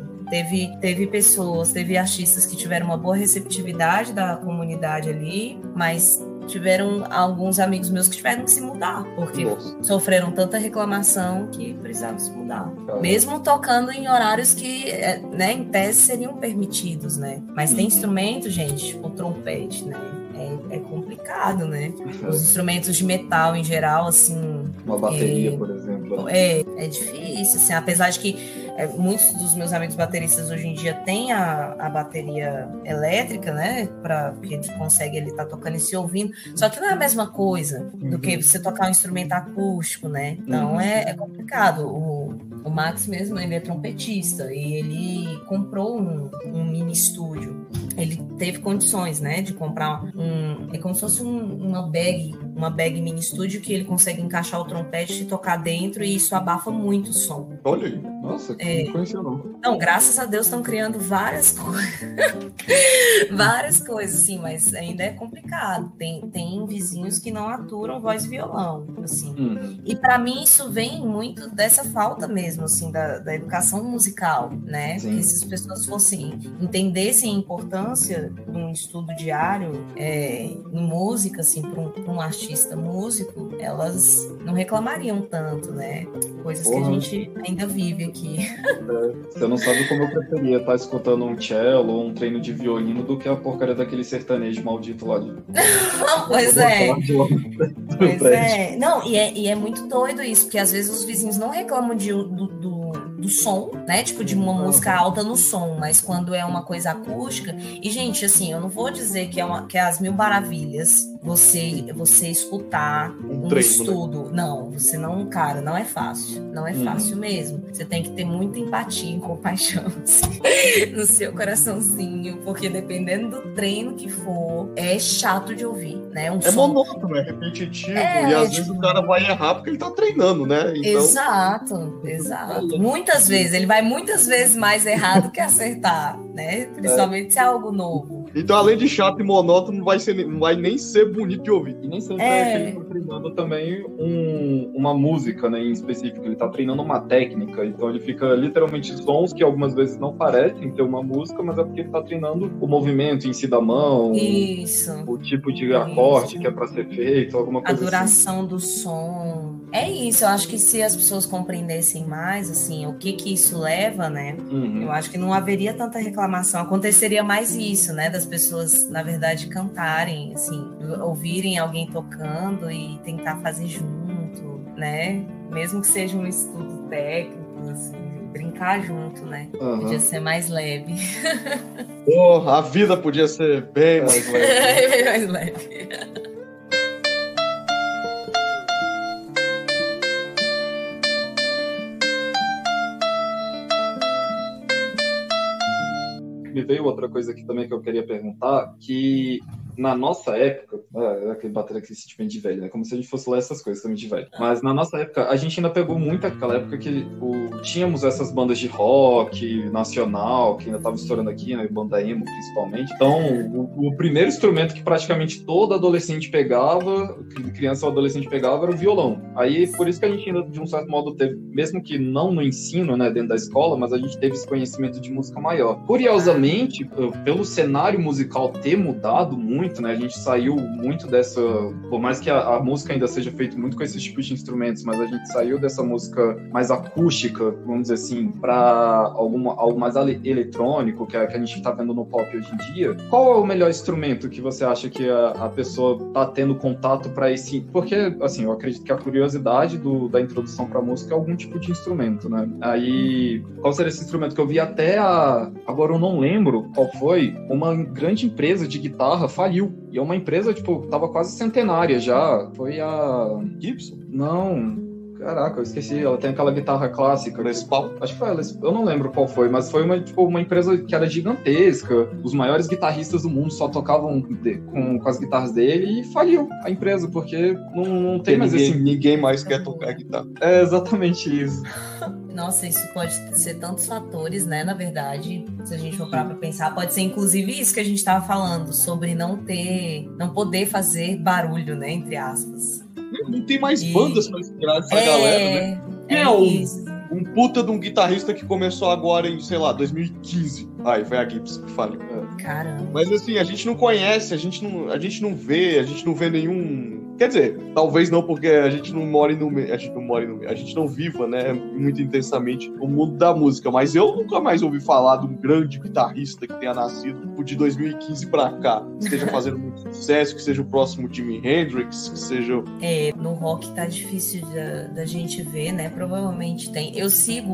Teve artistas que tiveram uma boa receptividade da comunidade ali, mas tiveram alguns amigos meus que tiveram que se mudar, porque sofreram tanta reclamação que precisavam se mudar. Mesmo tocando em horários que, né, em tese seriam permitidos, né? Mas tem instrumento, gente, tipo trompete, né? É complicado, né? Os instrumentos de metal, em geral, assim... Uma bateria, por exemplo. É difícil, assim, apesar de que muitos dos meus amigos bateristas hoje em dia têm a bateria elétrica, né? Que ele consegue ele estar tocando e se ouvindo. Só que não é a mesma coisa do que você tocar um instrumento acústico, né? Então é complicado. O Max mesmo, ele é trompetista e ele comprou um mini estúdio. Ele teve condições, né, de comprar é como se fosse uma bag mini estúdio que ele consegue encaixar o trompete e tocar dentro, e isso abafa muito o som. Olha aí, nossa, não conhecia não. Não, graças a Deus estão criando várias coisas. Várias coisas, sim, mas ainda é complicado. Tem vizinhos que não aturam voz e violão, assim. E para mim isso vem muito dessa falta mesmo, assim, da educação musical, né? Sim. Que se as pessoas entendessem a importância de um estudo diário em música, assim, para um artista músico, elas não reclamariam tanto, né? Coisas que a gente ainda vive aqui. Você não sabe como eu preferia estar escutando um cello ou um treino de violino do que a porcaria daquele sertanejo maldito lá de... Pois é. Pois é. Não, e é muito doido isso, porque às vezes os vizinhos não reclamam do som, né? Tipo, de uma música alta no som, mas quando é uma coisa acústica... E, gente, assim, eu não vou dizer que é as mil maravilhas você escutar um estudo. Né? Não, você não, cara, não é fácil. Não é fácil mesmo. Você tem que ter muita empatia e compaixão assim, no seu coraçãozinho, porque dependendo do treino que for, é chato de ouvir, né? Monótono, é repetitivo, e às vezes o cara vai errar porque ele tá treinando, né? Então... Exato. Muitas vezes, ele vai muitas vezes mais errado que acertar, né? Principalmente se é algo novo. Então, além de chato e monótono, não vai nem ser bonito de ouvir. E nem sempre é que ele tá treinando também uma música, né, em específico. Ele tá treinando uma técnica. Então ele fica literalmente sons que algumas vezes não parecem ter uma música, mas é porque ele tá treinando o movimento em si da mão. Isso. O tipo de acorde que é pra ser feito, alguma coisa assim. A duração do som. É isso, eu acho que se as pessoas compreendessem mais, assim, o que isso leva, né? Eu acho que não haveria tanta reclamação. Aconteceria mais isso, né? Das pessoas, na verdade, cantarem, assim, ouvirem alguém tocando e tentar fazer junto, né? Mesmo que seja um estudo técnico, assim, brincar junto, né? Podia ser mais leve. A vida podia ser bem mais leve. Bem mais leve. Me veio outra coisa aqui também que eu queria perguntar, que na nossa época, aquele bater aquele sentimento de velho, né? Como se a gente fosse ler essas coisas também de velho. Mas na nossa época, a gente ainda pegou muito aquela época que tínhamos essas bandas de rock nacional, que ainda tava estourando aqui, né? Banda emo, principalmente. Então, o primeiro instrumento que praticamente todo adolescente pegava, criança ou adolescente pegava, era o violão. Aí, por isso que a gente ainda, de um certo modo, teve, mesmo que não no ensino, né, dentro da escola, mas a gente teve esse conhecimento de música maior. Curiosamente, pelo cenário musical ter mudado muito, né? A gente saiu muito dessa... Por mais que a música ainda seja feita muito com esses tipos de instrumentos, mas a gente saiu dessa música mais acústica, vamos dizer assim, para algo mais eletrônico, que a gente tá vendo no pop hoje em dia. Qual é o melhor instrumento que você acha que a pessoa tá tendo contato para esse... Porque, assim, eu acredito que a curiosidade da introdução pra música é algum tipo de instrumento, né? Aí, qual seria esse instrumento que eu vi até agora eu não lembro qual foi, uma grande empresa de guitarra faliu. E é uma empresa, tipo, tava quase centenária já. Foi a... Gibson? Não... Caraca, eu esqueci. Ela tem aquela guitarra clássica. Les Paul? Acho que foi ela. Eu não lembro qual foi, mas foi uma empresa que era gigantesca. Os maiores guitarristas do mundo só tocavam com as guitarras dele e faliu a empresa, porque não tem mais esse... Ninguém mais quer tocar guitarra. É exatamente isso. Nossa, isso pode ser tantos fatores, né? Na verdade, se a gente for parar pra pensar, pode ser inclusive isso que a gente tava falando, sobre não poder fazer barulho, né? Entre aspas. Não tem mais bandas pra inspirar essa galera, né? Um puta de um guitarrista que começou agora em, sei lá, 2015. Aí foi a Gibson que falhou. Caramba. Mas assim, a gente não conhece, a gente não vê nenhum... Quer dizer, talvez não, porque a gente não viva, né, muito intensamente o mundo da música, mas eu nunca mais ouvi falar de um grande guitarrista que tenha nascido de 2015 pra cá, que esteja fazendo muito sucesso, que seja o próximo Jimi Hendrix, que seja... No rock tá difícil da gente ver, né, provavelmente tem. Eu sigo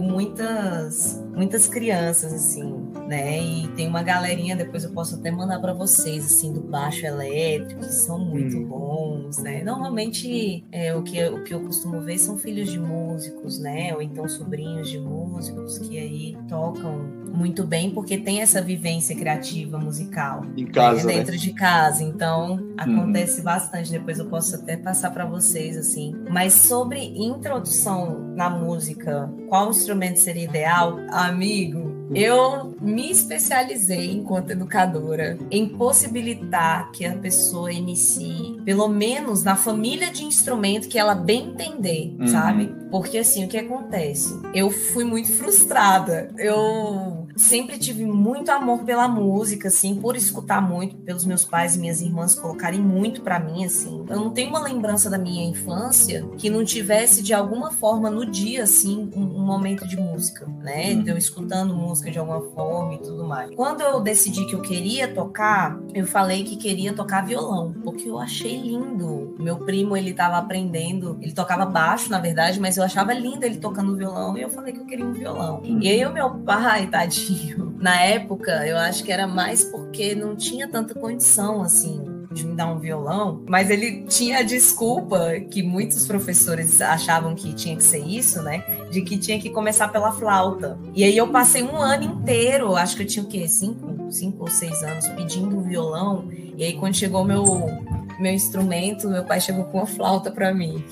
muitas crianças, assim, né, e tem uma galerinha, depois eu posso até mandar pra vocês, assim, do baixo elétrico, que são muito bons, né. Normalmente, o que eu costumo ver são filhos de músicos, né? Ou então sobrinhos de músicos que aí tocam muito bem, porque tem essa vivência criativa musical em casa, né? Dentro de casa. Então, acontece bastante. Depois eu posso até passar para vocês, assim. Mas sobre introdução na música, qual instrumento seria ideal? Amigo, eu me especializei enquanto educadora em possibilitar que a pessoa inicie, pelo menos na família de instrumento que ela bem entender, sabe? Porque assim, o que acontece? Eu fui muito frustrada. Eu sempre tive muito amor pela música, assim, por escutar muito, pelos meus pais e minhas irmãs colocarem muito pra mim, assim. Eu não tenho uma lembrança da minha infância que não tivesse, de alguma forma, no dia, assim, um momento de música, né? De eu escutando música de alguma forma e tudo mais. Quando eu decidi que eu queria tocar, eu falei que queria tocar violão, porque eu achei lindo. Meu primo, ele tava aprendendo, ele tocava baixo, na verdade, mas eu achava lindo ele tocando violão, e eu falei que eu queria um violão. E aí o meu pai, tadinho, na época, eu acho que era mais porque não tinha tanta condição, assim, de me dar um violão, mas ele tinha a desculpa, que muitos professores achavam que tinha que ser isso, né, de que tinha que começar pela flauta. E aí eu passei um ano inteiro, acho que eu tinha o quê? 5 ou 6 anos pedindo um violão, e aí quando chegou meu instrumento, meu pai chegou com uma flauta pra mim.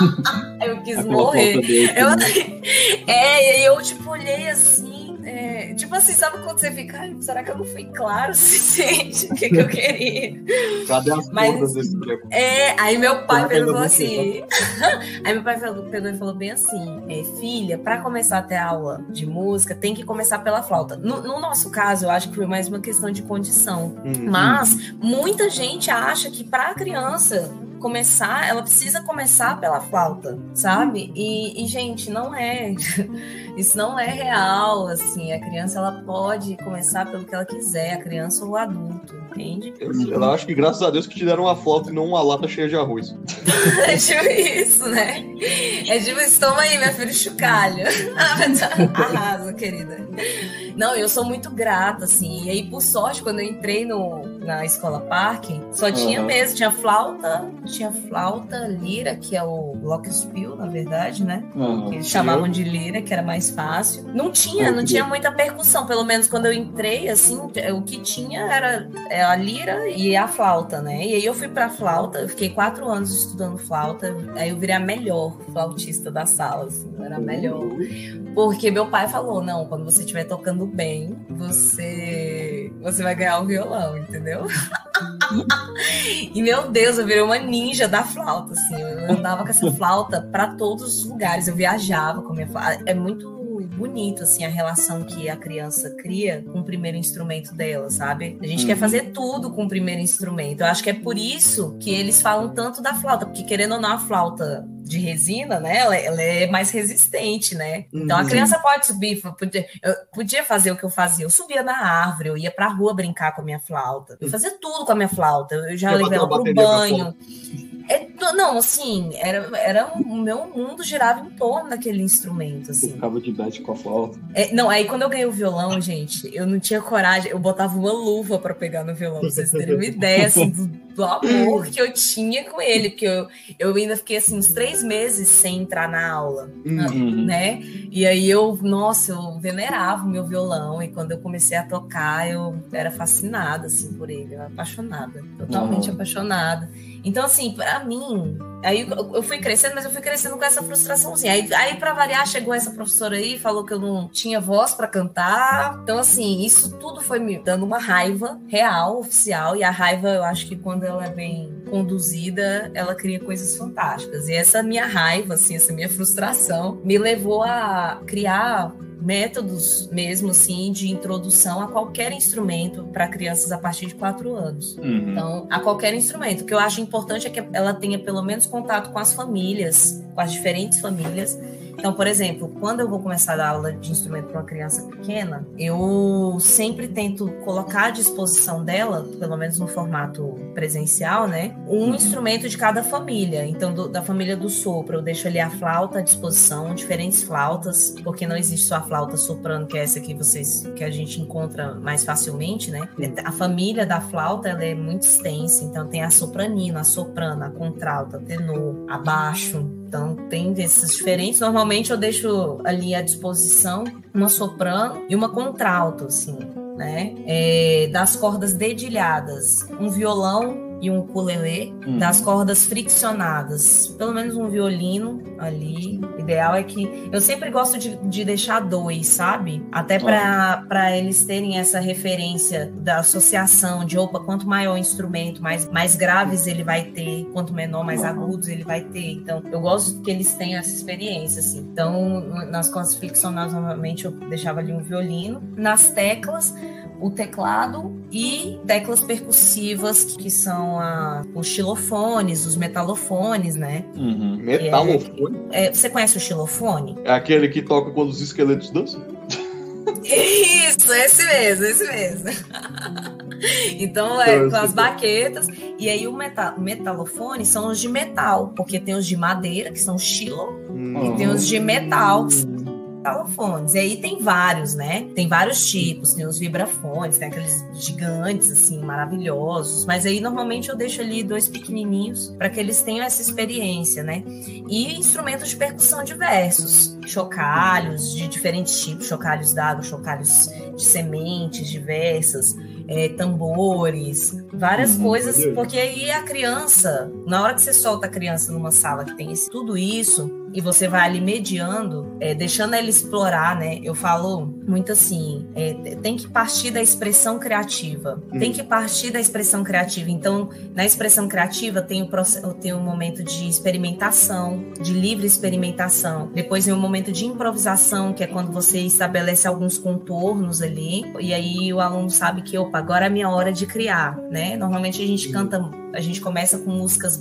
Eu quis morrer. E aí eu, tipo, olhei assim, Tipo assim, sabe quando você fica, será que eu não fui claro o suficiente? O que eu queria? Cadê as contas desse treco? Aí meu pai pegou assim. Aí meu pai pegou e falou bem assim: filha, pra começar a ter aula de música, tem que começar pela flauta. No nosso caso, eu acho que foi mais uma questão de condição. Mas muita gente acha que pra criança começar, ela precisa começar pela flauta, sabe? E gente, não é. Isso não é real, assim. A criança, ela pode começar pelo que ela quiser, a criança ou o adulto, entende? Eu acho que graças a Deus que te deram uma flauta e não uma lata cheia de arroz. É tipo isso, né? É tipo, toma aí, minha filha, chocalho. Arrasa, querida. Não, eu sou muito grata, assim. E aí, por sorte, quando eu entrei na Escola Parque, só tinha mesmo, tinha flauta, lira, que é o glockenspiel, na verdade, né? Que eles chamavam de lira, que era mais fácil. Não tinha muita percussão, pelo menos quando eu entrei, assim, o que tinha era a lira e a flauta, né? E aí eu fui pra flauta, eu fiquei 4 anos estudando flauta, aí eu virei a melhor flautista da sala, assim, eu era a melhor. Porque meu pai falou, não, quando você estiver tocando bem, você vai ganhar o violão, entendeu? E meu Deus, eu virei uma ninja da flauta, assim, eu andava com essa flauta pra todos os lugares, eu viajava com a minha flauta, é muito bonito, assim, a relação que a criança cria com o primeiro instrumento dela, sabe? A gente quer fazer tudo com o primeiro instrumento, eu acho que é por isso que eles falam tanto da flauta, porque querendo ou não, a flauta de resina, né? Ela é mais resistente, né? Então a criança pode subir, podia fazer o que eu fazia. Eu subia na árvore, eu ia pra rua brincar com a minha flauta. Eu fazia tudo com a minha flauta. Eu já levei ela pro banho. Não, assim, era o meu mundo girava em torno daquele instrumento, assim. Eu ficava de bete com a flauta. Não, aí quando eu ganhei o violão, gente, eu não tinha coragem, eu botava uma luva pra pegar no violão, pra vocês terem uma ideia, assim, do amor que eu tinha com ele, porque eu ainda fiquei, assim, uns 3 meses sem entrar na aula, né? E aí eu venerava o meu violão, e quando eu comecei a tocar, eu era fascinada, assim, por ele, eu era apaixonada, totalmente apaixonada. Então, assim, pra mim, aí eu fui crescendo, mas eu fui crescendo com essa frustraçãozinha. Aí pra variar, chegou essa professora aí, falou que eu não tinha voz pra cantar. Então, assim, isso tudo foi me dando uma raiva real, oficial. E a raiva, eu acho que quando ela é bem conduzida, ela cria coisas fantásticas. E essa minha raiva, assim, essa minha frustração, me levou a criar métodos mesmo, assim, de introdução a qualquer instrumento para crianças a partir de 4 anos. Então, a qualquer instrumento. O que eu acho importante é que ela tenha pelo menos contato com as famílias, com as diferentes famílias. Então, por exemplo, quando eu vou começar a dar aula de instrumento para uma criança pequena, eu sempre tento colocar à disposição dela, pelo menos no formato presencial, né, um instrumento de cada família. Então, da família do sopro, eu deixo ali a flauta à disposição, diferentes flautas, porque não existe só a flauta soprano, que é essa que a gente encontra mais facilmente, né? A família da flauta, ela é muito extensa, então tem a sopranino, a soprano, a contralto, a tenor, a baixo. Então, tem desses diferentes. Normalmente, eu deixo ali à disposição uma soprano e uma contralto, assim, né? Das cordas dedilhadas, um violão e um ukulele, das cordas friccionadas, pelo menos um violino ali. O ideal é que... Eu sempre gosto de deixar 2, sabe? Até para eles terem essa referência da associação de, quanto maior o instrumento, mais graves ele vai ter, quanto menor, mais agudos ele vai ter. Então, eu gosto que eles tenham essa experiência, assim. Então, nas cordas friccionadas, normalmente, eu deixava ali um violino. Nas teclas, o teclado e teclas percussivas, que são os xilofones, os metalofones, né? Metalofone? Você conhece o xilofone? É aquele que toca quando os esqueletos dançam? Isso, esse mesmo. Então, com as baquetas. E aí, o metalofone são os de metal, porque tem os de madeira, que são xilo, e tem os de metal, metalofones. E aí tem vários, né? Tem vários tipos, tem os vibrafones, tem aqueles gigantes, assim, maravilhosos. Mas aí, normalmente, eu deixo ali 2 pequenininhos para que eles tenham essa experiência, né? E instrumentos de percussão diversos. Chocalhos de diferentes tipos, chocalhos d'água, chocalhos de sementes diversas. tambores, várias coisas, porque aí a criança, na hora que você solta a criança numa sala que tem tudo isso, e você vai ali mediando, deixando ela explorar, né? Eu falo muito assim, tem que partir da expressão criativa. Tem que partir da expressão criativa. Então, na expressão criativa tem um momento de experimentação, de livre experimentação. Depois vem um momento de improvisação, que é quando você estabelece alguns contornos ali, e aí o aluno sabe que, opa, agora é a minha hora de criar, né? Normalmente a gente começa com músicas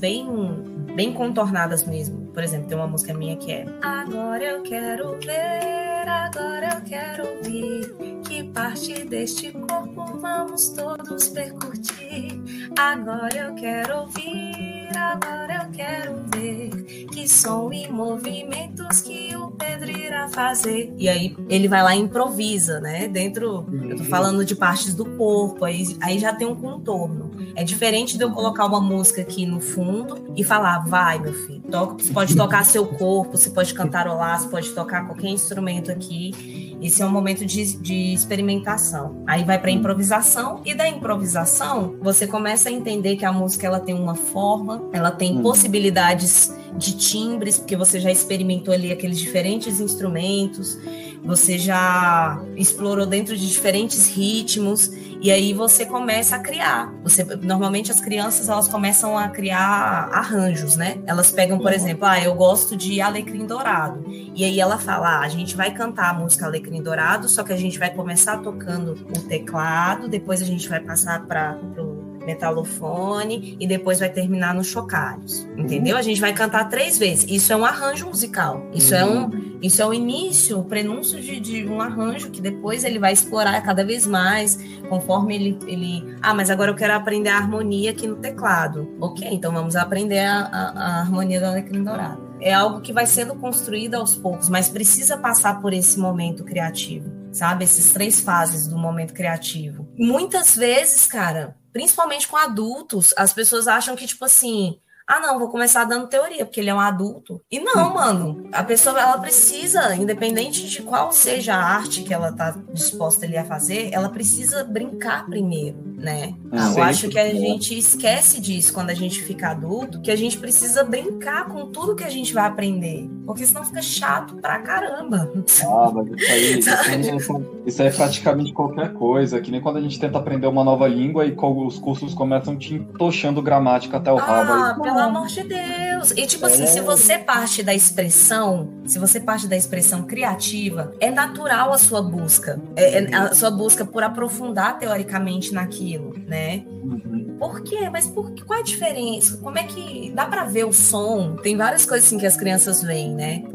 bem contornadas mesmo. Por exemplo, tem uma música minha que é Agora eu quero ver, agora eu quero ouvir, que parte deste corpo vamos todos percutir. Agora eu quero ouvir, agora eu quero ver, que som e movimentos que o Pedro irá fazer. E aí ele vai lá e improvisa, né? Dentro, eu tô falando de partes do corpo, aí já tem um contorno. É diferente de eu colocar uma música aqui no fundo e falar, vai, meu filho, toca, você pode tocar seu corpo, você pode cantarolar, você pode tocar qualquer instrumento aqui. Esse é um momento de experimentação. Aí vai para improvisação, e da improvisação você começa a entender que a música ela tem uma forma, ela tem possibilidades de timbres, porque você já experimentou ali aqueles diferentes instrumentos, você já explorou dentro de diferentes ritmos, e aí você começa a criar. Normalmente as crianças, elas começam a criar arranjos, né? Elas pegam, por exemplo, eu gosto de Alecrim Dourado. E aí ela fala, a gente vai cantar a música Alecrim Dourado, só que a gente vai começar tocando o teclado, depois a gente vai passar pro metalofone e depois vai terminar nos chocalhos, entendeu? A gente vai cantar 3 vezes. Isso é um arranjo musical. Isso é o início, o prenúncio de um arranjo que depois ele vai explorar cada vez mais, conforme ele... mas agora eu quero aprender a harmonia aqui no teclado. Ok, então vamos aprender a harmonia do Alecrim Dourado. É algo que vai sendo construído aos poucos, mas precisa passar por esse momento criativo, sabe? Essas 3 fases do momento criativo. Muitas vezes, cara, principalmente com adultos, as pessoas acham que, tipo assim, não, vou começar dando teoria, porque ele é um adulto. E não, mano, a pessoa, ela precisa, independente de qual seja a arte que ela tá disposta ali a fazer, ela precisa brincar primeiro, né? Eu acho que a gente esquece disso quando a gente fica adulto, que a gente precisa brincar com tudo que a gente vai aprender, porque senão fica chato pra caramba. Mas isso aí é praticamente qualquer coisa, que nem quando a gente tenta aprender uma nova língua e os cursos começam te entochando gramática até o rabo. Pelo amor de Deus. E tipo assim, se você parte da expressão criativa, é natural a sua busca. A sua busca por aprofundar teoricamente naquilo, né? Por quê? Mas qual é a diferença? Como é que dá pra ver o som? Tem várias coisas assim que as crianças veem, né?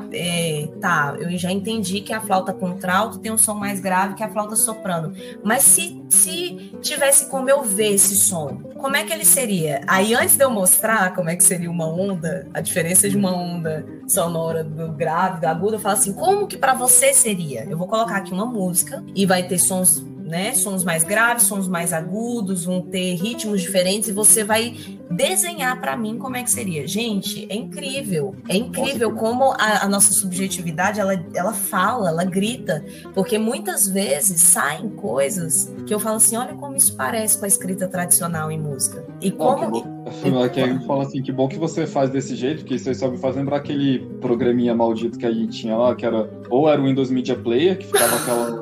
Eu já entendi que a flauta contralto tem um som mais grave que a flauta soprano. Mas se tivesse como eu ver esse som, como é que ele seria? Aí antes de eu mostrar como é que seria uma onda, a diferença de uma onda sonora do grave, do agudo, eu falo assim, como que pra você seria? Eu vou colocar aqui uma música e vai ter sons, né? Sons mais graves, sons mais agudos, vão ter ritmos diferentes e você vai desenhar para mim como é que seria. Gente, é incrível. É incrível como a nossa subjetividade, ela fala, ela grita, porque muitas vezes saem coisas que eu falo assim, olha como isso parece com a escrita tradicional em música. E como... Que aí fala assim, que bom que você faz desse jeito, que isso aí só me faz lembrar aquele programinha maldito que a gente tinha lá, que era o Windows Media Player, que ficava aquela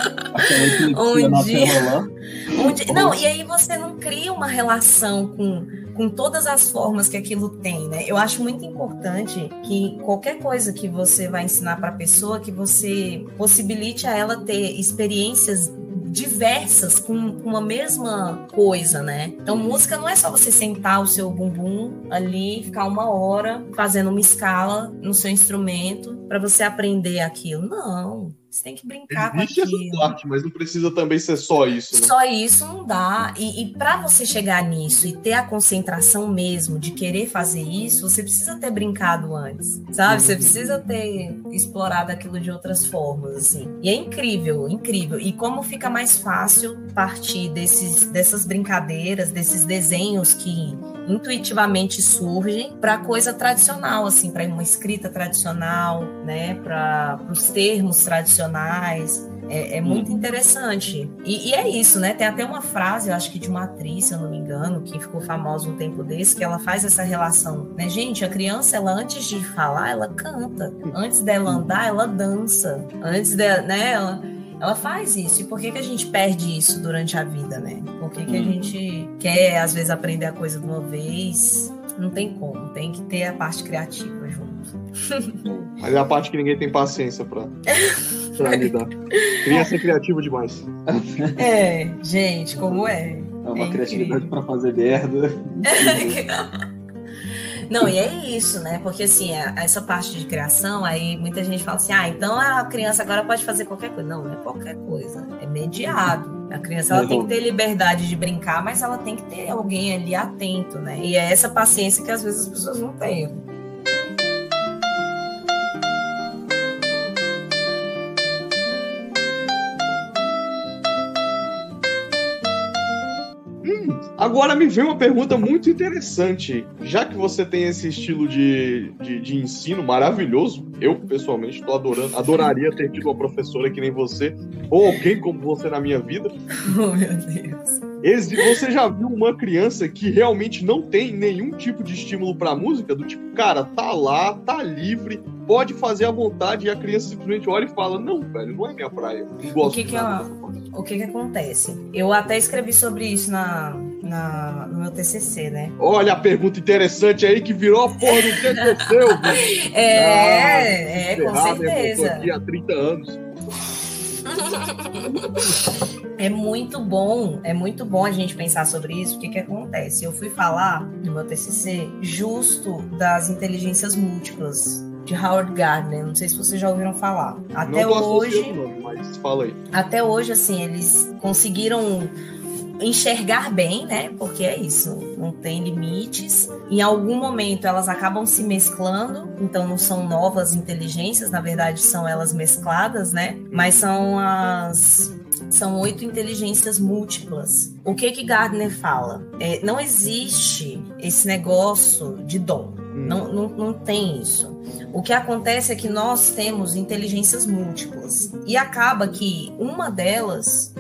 Não, e aí você não cria uma relação com todas as formas que aquilo tem, né? Eu acho muito importante que qualquer coisa que você vai ensinar para a pessoa, que você possibilite a ela ter experiências diversas com uma mesma coisa, né? Então, música não é só você sentar o seu bumbum ali e ficar 1 hora fazendo uma escala no seu instrumento para você aprender aquilo. Não. Você tem que brincar com aquilo. Essa parte, mas não precisa também ser só isso, né? Só isso não dá. E para você chegar nisso e ter a concentração mesmo de querer fazer isso, você precisa ter brincado antes, sabe? Você precisa ter explorado aquilo de outras formas, assim. E é incrível, incrível. E como fica mais fácil partir dessas brincadeiras, desses desenhos que intuitivamente surgem para coisa tradicional, assim, para uma escrita tradicional, né? Para os termos tradicionais. É muito interessante. E é isso, né? Tem até uma frase, eu acho que de uma atriz, se eu não me engano, que ficou famosa um tempo desse, que ela faz essa relação, né? Gente, a criança, ela antes de falar, ela canta. Antes dela andar, ela dança. Antes dela, né? Ela faz isso. E por que a gente perde isso durante a vida, né? Por que a gente quer, às vezes, aprender a coisa de uma vez? Não tem como. Tem que ter a parte criativa junto. Mas é a parte que ninguém tem paciência pra lidar. Criança é criativa demais. Gente, como é? É uma criatividade pra fazer merda. Não, e é isso, né? Porque, assim, essa parte de criação, aí muita gente fala assim, então a criança agora pode fazer qualquer coisa. Não é qualquer coisa, é mediado. A criança, ela tem que ter liberdade de brincar, mas ela tem que ter alguém ali atento, né? E é essa paciência que, às vezes, as pessoas não têm. Agora me veio uma pergunta muito interessante. Já que você tem esse estilo de ensino maravilhoso, eu pessoalmente estou adorando, adoraria ter tido uma professora que nem você, ou alguém como você na minha vida. Oh, meu Deus. Você já viu uma criança que realmente não tem nenhum tipo de estímulo pra música? Do tipo, cara, tá lá, tá livre, pode fazer à vontade, e a criança simplesmente olha e fala, não, velho, não é minha praia. Não gosto O que acontece? Eu até escrevi sobre isso no meu TCC, né? Olha a pergunta interessante aí que virou a porra do TCC, com certeza. Eu tô aqui há 30 anos. É muito bom a gente pensar sobre isso. O que acontece? Eu fui falar no meu TCC justo das inteligências múltiplas de Howard Gardner. Não sei se vocês já ouviram falar. Até hoje, mas fala aí. Até hoje, assim, eles conseguiram enxergar bem, né? Porque é isso, não tem limites. Em algum momento elas acabam se mesclando, então não são novas inteligências, na verdade são elas mescladas, né? Mas são 8 inteligências múltiplas. O que Gardner fala? Não existe esse negócio de dom. Não tem isso. O que acontece é que nós temos inteligências múltiplas. E acaba que uma delas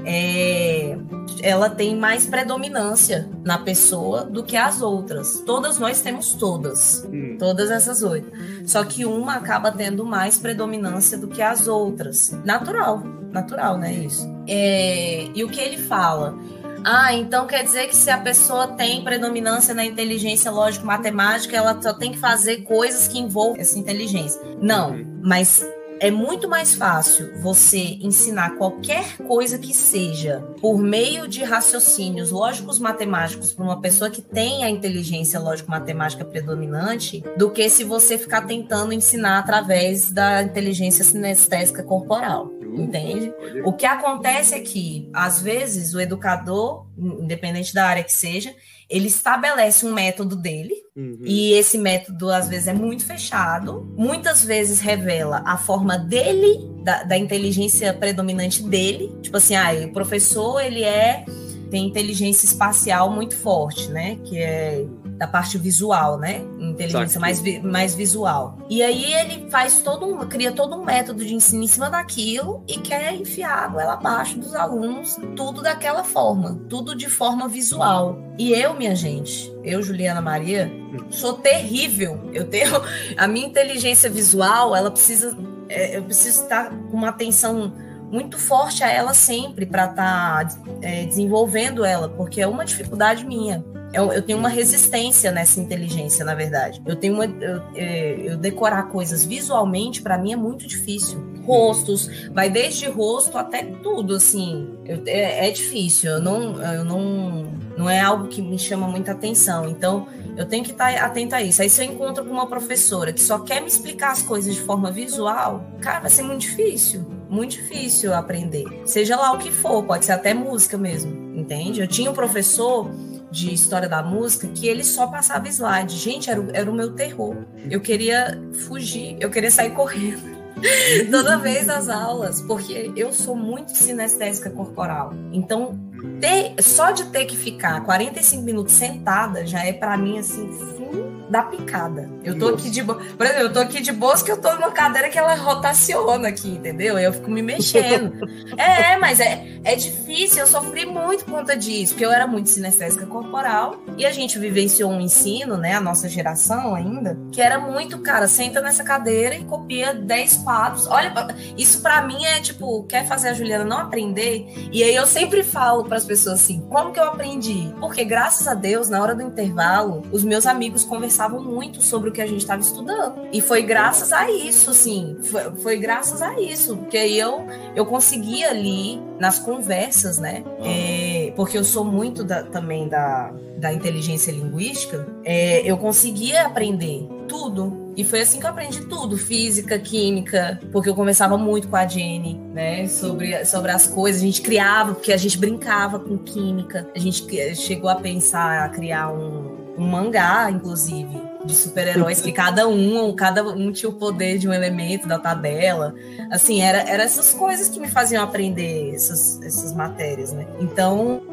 ela tem mais predominância na pessoa do que as outras. Todas nós temos todas. Todas essas 8. Só que uma acaba tendo mais predominância do que as outras. Natural, né? Isso. E o que ele fala? Então quer dizer que se a pessoa tem predominância na inteligência lógico-matemática, ela só tem que fazer coisas que envolvem essa inteligência. Não, mas é muito mais fácil você ensinar qualquer coisa que seja por meio de raciocínios lógicos matemáticos para uma pessoa que tem a inteligência lógico-matemática predominante do que se você ficar tentando ensinar através da inteligência sinestésica corporal. Entende? O que acontece é que, às vezes, o educador, independente da área que seja, ele estabelece um método dele, e esse método, às vezes, é muito fechado, muitas vezes revela a forma dele, da inteligência predominante dele, tipo assim, o professor, ele tem inteligência espacial muito forte, né, que é da parte visual, né? Inteligência mais visual. E aí ele cria todo um método de ensino em cima daquilo e quer enfiar a goela abaixo dos alunos, tudo daquela forma, tudo de forma visual. E minha gente, Juliana Maria, sou terrível. A minha inteligência visual, ela precisa, eu preciso estar com uma atenção muito forte a ela sempre para estar desenvolvendo ela, porque é uma dificuldade minha. Eu tenho uma resistência nessa inteligência, na verdade. Eu decorar coisas visualmente, para mim, é muito difícil. Rostos, vai desde rosto até tudo, assim. É difícil. Não é algo que me chama muita atenção. Então, eu tenho que estar atenta a isso. Aí, se eu encontro com uma professora que só quer me explicar as coisas de forma visual, cara, vai ser muito difícil. Muito difícil aprender. Seja lá o que for, pode ser até música mesmo, entende? Eu tinha um professor de história da música que ele só passava slide. Gente, era o meu terror. Eu queria fugir, eu queria sair correndo toda vez das aulas, porque eu sou muito sinestésica corporal. Então, só de ter que ficar 45 minutos sentada já é pra mim assim, da picada. Eu tô aqui de boa. Por exemplo, eu tô aqui de boas que eu tô numa cadeira que ela rotaciona aqui, entendeu? Eu fico me mexendo. Mas é difícil, eu sofri muito por conta disso, porque eu era muito sinestésica corporal e a gente vivenciou um ensino, né, a nossa geração ainda, que era muito, cara, senta nessa cadeira e copia 10 quadros. Olha, isso pra mim é tipo, quer fazer a Juliana não aprender? E aí eu sempre falo pras pessoas assim, como que eu aprendi? Porque graças a Deus, na hora do intervalo, os meus amigos conversavam muito sobre o que a gente estava estudando. E foi graças a isso, assim, foi graças a isso, porque aí eu conseguia ali, nas conversas, né, porque eu sou muito também da inteligência linguística, eu conseguia aprender tudo. E foi assim que eu aprendi tudo, física, química, porque eu conversava muito com a Jenny, né, sobre as coisas. A gente criava, porque a gente brincava com química. A gente chegou a pensar a criar um mangá, inclusive, de super-heróis que cada um tinha o poder de um elemento da tabela. Assim, era essas coisas que me faziam aprender essas matérias, né? Então...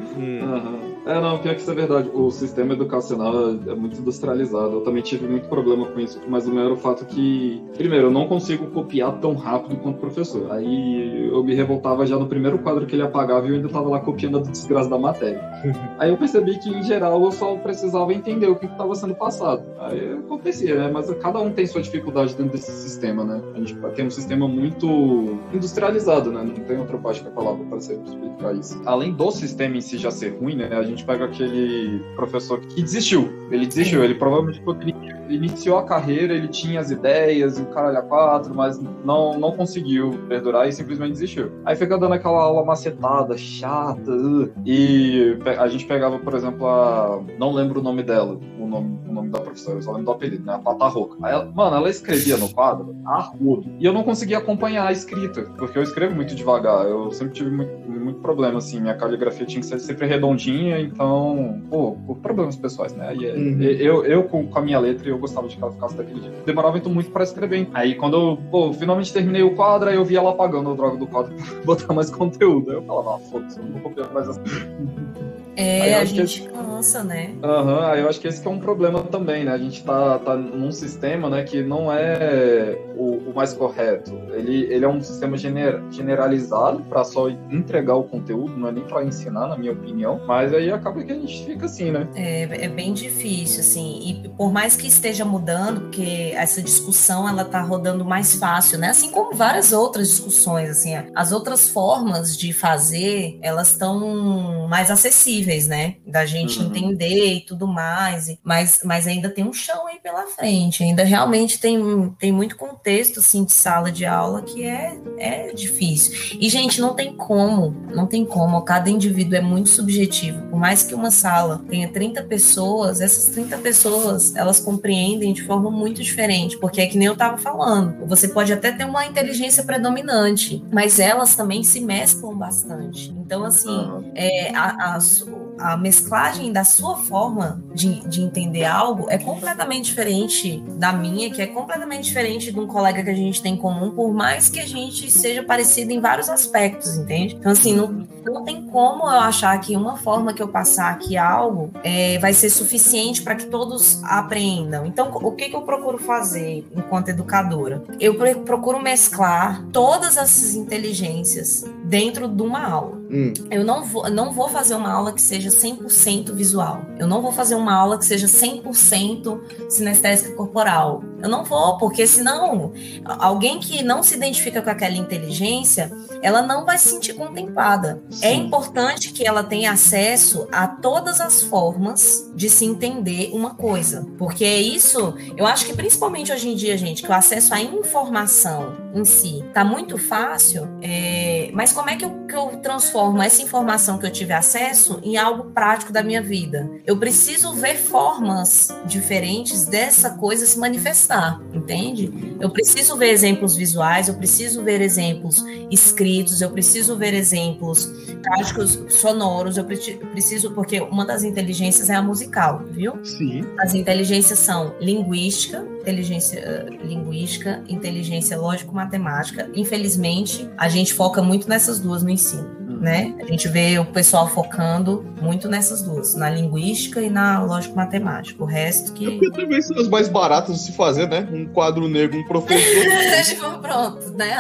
Não, pior que isso é verdade. O sistema educacional é muito industrializado. Eu também tive muito problema com isso, mas o meu era o fato que, primeiro, eu não consigo copiar tão rápido quanto o professor. Aí eu me revoltava já no primeiro quadro que ele apagava e eu ainda estava lá copiando a desgraça da matéria. Aí eu percebi que, em geral, eu só precisava entender o que estava sendo passado. Aí acontecia, né? Mas cada um tem sua dificuldade dentro desse sistema, né? A gente tem um sistema muito industrializado, né? Não tem outra parte que a palavra para explicar isso. Além do sistema em si já ser ruim, né? A gente pega aquele professor que desistiu. Ele desistiu. Ele provavelmente iniciou a carreira, ele tinha as ideias e o caralho a quatro, mas não conseguiu perdurar e simplesmente desistiu. Aí fica dando aquela aula macetada, chata. E a gente pegava, por exemplo, não lembro o nome dela, o nome da professora, eu só lembro do apelido, né? A Pata Roca. Aí ela escrevia no quadro arrudo. E eu não conseguia acompanhar a escrita, porque eu escrevo muito devagar. Eu sempre tive muito problema, assim. Minha caligrafia tinha que ser sempre redondinha, então, por problemas pessoais, né? E eu com a minha letra, eu gostava de que ela ficasse daquele jeito. Demorava então muito pra escrever. Aí quando eu finalmente terminei o quadro, aí eu vi ela apagando a droga do quadro pra botar mais conteúdo. Aí eu falava, foda-se, eu não vou copiar mais assim. A gente cansa, né? Aí eu acho que esse que é um problema também, né? A gente tá num sistema, né, que não é o mais correto. Ele é um sistema generalizado para só entregar o conteúdo, não é nem para ensinar, na minha opinião. Mas aí acaba que a gente fica assim, né? É bem difícil, assim. E por mais que esteja mudando, porque essa discussão, ela tá rodando mais fácil, né? Assim como várias outras discussões, assim. As outras formas de fazer, elas estão mais acessíveis, né, da gente entender e tudo mais, mas ainda tem um chão aí pela frente, ainda realmente tem muito contexto, assim, de sala de aula que é difícil. E, gente, não tem como, cada indivíduo é muito subjetivo, por mais que uma sala tenha 30 pessoas, essas 30 pessoas, elas compreendem de forma muito diferente, porque é que nem eu tava falando, você pode até ter uma inteligência predominante, mas elas também se mesclam bastante. Então, assim, a mesclagem da sua forma de entender algo é completamente diferente da minha, que é completamente diferente de um colega que a gente tem em comum, por mais que a gente seja parecido em vários aspectos, entende? Então, assim, não tem como eu achar que uma forma que eu passar aqui algo vai ser suficiente para que todos apreendam. Então, o que eu procuro fazer enquanto educadora? Eu procuro mesclar todas essas inteligências dentro de uma aula. Eu não vou fazer uma aula que seja 100% visual. Eu não vou fazer uma aula que seja 100% sinestésica corporal. Eu não vou, porque senão alguém que não se identifica com aquela inteligência, ela não vai se sentir contemplada. Sim. É importante que ela tenha acesso a todas as formas de se entender uma coisa. Porque é isso, eu acho que principalmente hoje em dia, gente, que o acesso à informação em si tá muito fácil, mas como é que eu transformo essa informação que eu tive acesso em algo prático da minha vida? Eu preciso ver formas diferentes dessa coisa se manifestar, entende? Eu preciso ver exemplos visuais, eu preciso ver exemplos escritos, eu preciso ver exemplos práticos, sonoros, eu preciso, porque uma das inteligências é a musical, viu? Sim. As inteligências são inteligência lógico-matemática. Infelizmente, a gente foca muito nessas duas no ensino. né? A gente vê o pessoal focando muito nessas duas, na linguística e na lógico-matemática. O resto que... Porque também são as mais baratas de se fazer, né? Um quadro negro, um professor... Pronto, né?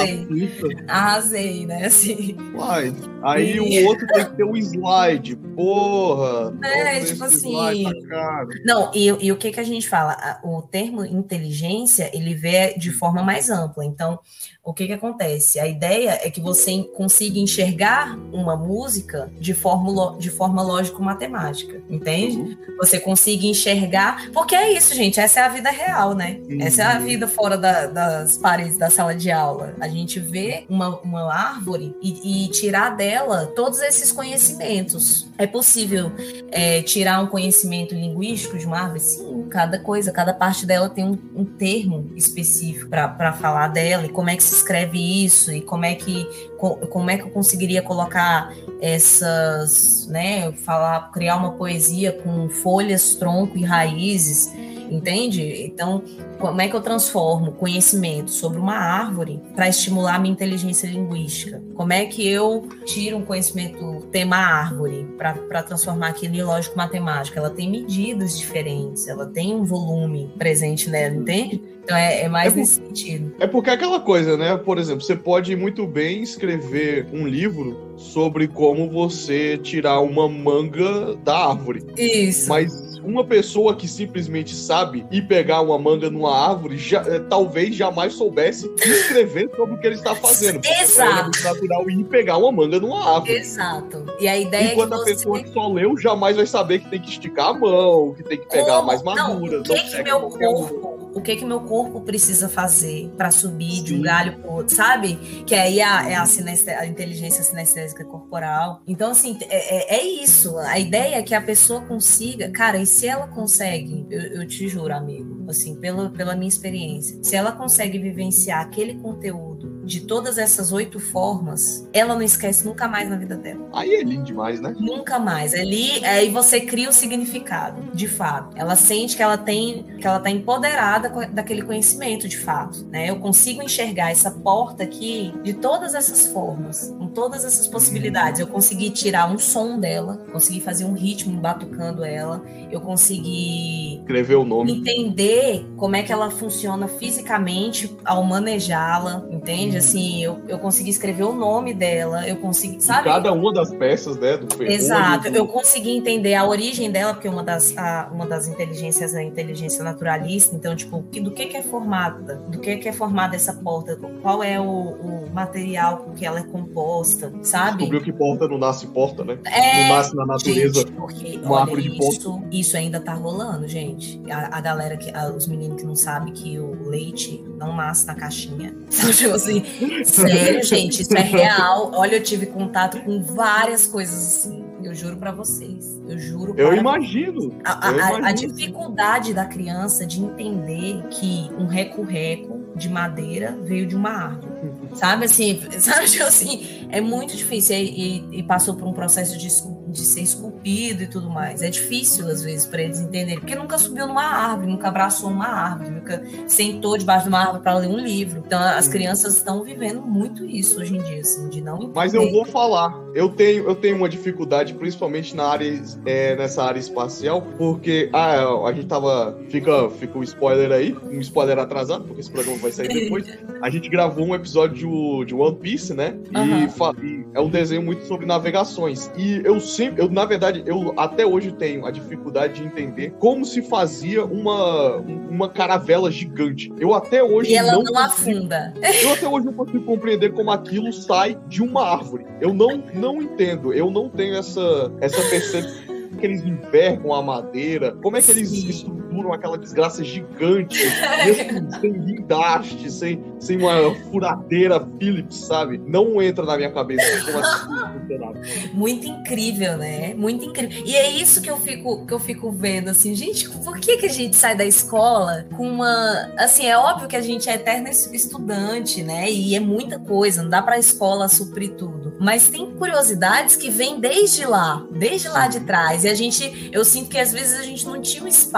Arrasei, né? Assim. Uai, aí o outro tem que ter um slide, porra. Tipo assim... Não, e o que a gente fala? O termo inteligência, ele vê de forma mais ampla. Então, o que acontece? A ideia é que você consiga enxergar uma música de forma lógico-matemática, entende? Você consiga enxergar... Porque é isso, gente, essa é a vida real, né? Essa é a vida fora das paredes da sala de aula. A gente vê uma árvore e tirar dela todos esses conhecimentos. É possível tirar um conhecimento linguístico de uma árvore? Sim, cada parte dela tem um termo específico para falar dela, e como é que se escreve isso, e como é que eu conseguiria colocar essas, né, criar uma poesia com folhas, tronco e raízes, entende? Então, como é que eu transformo conhecimento sobre uma árvore para estimular a minha inteligência linguística? Como é que eu tiro um conhecimento tema árvore para transformar aquilo em lógico-matemática? Ela tem medidas diferentes, ela tem um volume presente nela, entende? Então é mais nesse sentido. É porque é aquela coisa, né? Por exemplo, você pode muito bem escrever um livro sobre como você tirar uma manga da árvore. Isso. Mas uma pessoa que simplesmente sabe ir pegar uma manga numa árvore, talvez jamais soubesse escrever sobre o que ele está fazendo. Exato. É natural ir pegar uma manga numa árvore. Exato. E a ideia enquanto é que a pessoa que só leu jamais vai saber que tem que esticar a mão, que tem que pegar mais madura. O que meu corpo precisa fazer para subir de um galho pro outro, sabe? Que aí a inteligência sinestésica corporal. Então, assim, é isso. A ideia é que a pessoa consiga... Cara, e se ela consegue, eu te juro, amigo, assim, pela minha experiência, se ela consegue vivenciar aquele conteúdo de todas essas 8 formas, ela não esquece nunca mais na vida dela. Aí é lindo demais, né? Nunca mais. Aí você cria o significado, de fato. Ela sente que ela tá empoderada daquele conhecimento, de fato, né? Eu consigo enxergar essa porta aqui de todas essas formas, com todas essas possibilidades. Eu consegui tirar um som dela, consegui fazer um ritmo batucando ela, eu consegui escrever o nome, entender como é que ela funciona fisicamente ao manejá-la, entende? Assim, eu consegui escrever o nome dela, eu consegui, sabe? Cada uma das peças, né, do ferrolho. Exato, eu consegui entender a origem dela, porque uma das inteligências é a inteligência naturalista, então, tipo, do que é formada? Do que é formada essa porta? Qual é o material com que ela é composta, sabe? Descobriu que porta não nasce porta, né? Não nasce na natureza, gente, porque, uma árvore de porta. Isso ainda tá rolando, gente. A galera, os meninos que não sabem que o leite não nasce na caixinha. Tipo assim, sério, gente, isso é real. Olha, eu tive contato com várias coisas assim. Eu juro pra vocês. Eu imagino. A dificuldade da criança de entender que um reco-reco de madeira veio de uma árvore. Sabe assim, é muito difícil. E passou por um processo de ser esculpido e tudo mais. É difícil, às vezes, para eles entenderem. Porque nunca subiu numa árvore, nunca abraçou uma árvore, nunca sentou debaixo de uma árvore para ler um livro. Então, as crianças estão vivendo muito isso hoje em dia, assim, de não entender. Mas eu vou falar. Eu tenho uma dificuldade, principalmente nessa área espacial, porque a gente tava... Fica um spoiler aí, um spoiler atrasado, porque esse programa vai sair depois. A gente gravou um episódio de One Piece, né? E é um desenho muito sobre navegações. E na verdade, até hoje tenho a dificuldade de entender como se fazia uma caravela gigante. Eu até hoje e ela não afunda. Eu até hoje não consigo compreender como aquilo sai de uma árvore. Eu não entendo. Eu não tenho essa percepção. Como que eles envergam a madeira, como é que eles estruturam aquela desgraça gigante, mesmo sem guindaste, sem uma furadeira Philips, sabe? Não entra na minha cabeça como assim. Muito incrível, né? Muito incrível. E é isso que eu fico vendo, assim, gente, por que a gente sai da escola com uma... Assim, é óbvio que a gente é eterno estudante, né? E é muita coisa, não dá pra escola suprir tudo. Mas tem curiosidades que vêm desde lá de trás. E eu sinto que às vezes a gente não tinha um espaço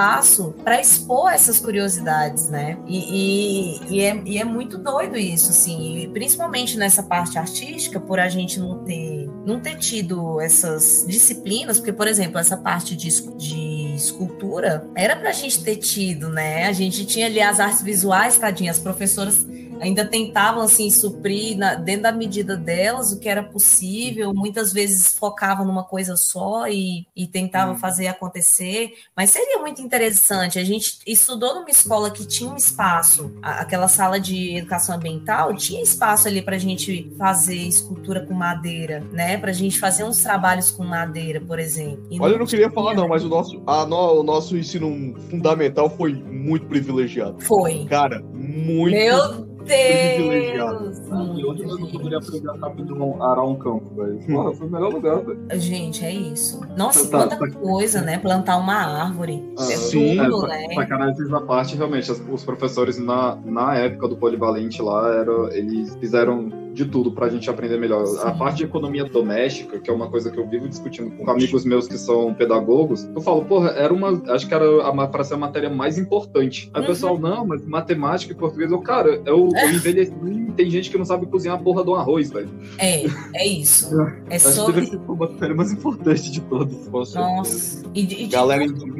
espaço para expor essas curiosidades, né? E é muito doido isso, assim, e principalmente nessa parte artística, por a gente não ter tido essas disciplinas, porque, por exemplo, essa parte de escultura era pra gente ter tido, né? A gente tinha ali as artes visuais, tadinha, as professoras ainda tentavam, assim, suprir dentro da medida delas o que era possível, muitas vezes focavam numa coisa só e tentavam fazer acontecer, mas seria muito interessante. A gente estudou numa escola que tinha um espaço, aquela sala de educação ambiental, tinha espaço ali pra gente fazer escultura com madeira, né? Pra gente fazer uns trabalhos com madeira, por exemplo. Olha, eu não queria falar não, mas o nosso ensino fundamental foi muito privilegiado. Foi. Cara, muito Deus! E onde eu não poderia aprender a rapidinho arar um campo, velho? Porra, foi o melhor lugar, velho. Gente, é isso. Nossa, quanta coisa, né? Plantar uma árvore. Sim, tudo, né? Sacanagem da parte, realmente, os professores na época do Polivalente lá, eles fizeram de tudo pra gente aprender melhor. Sim. A parte de economia doméstica, que é uma coisa que eu vivo discutindo com amigos meus que são pedagogos, eu falo, porra, acho que era pra ser a matéria mais importante. Aí o pessoal, não, mas matemática e português, cara, eu envelheci, tem gente que não sabe cozinhar a porra de um arroz, velho. É isso. É acho sobre... que deve ser a matéria mais importante de todas. Nossa. Galera,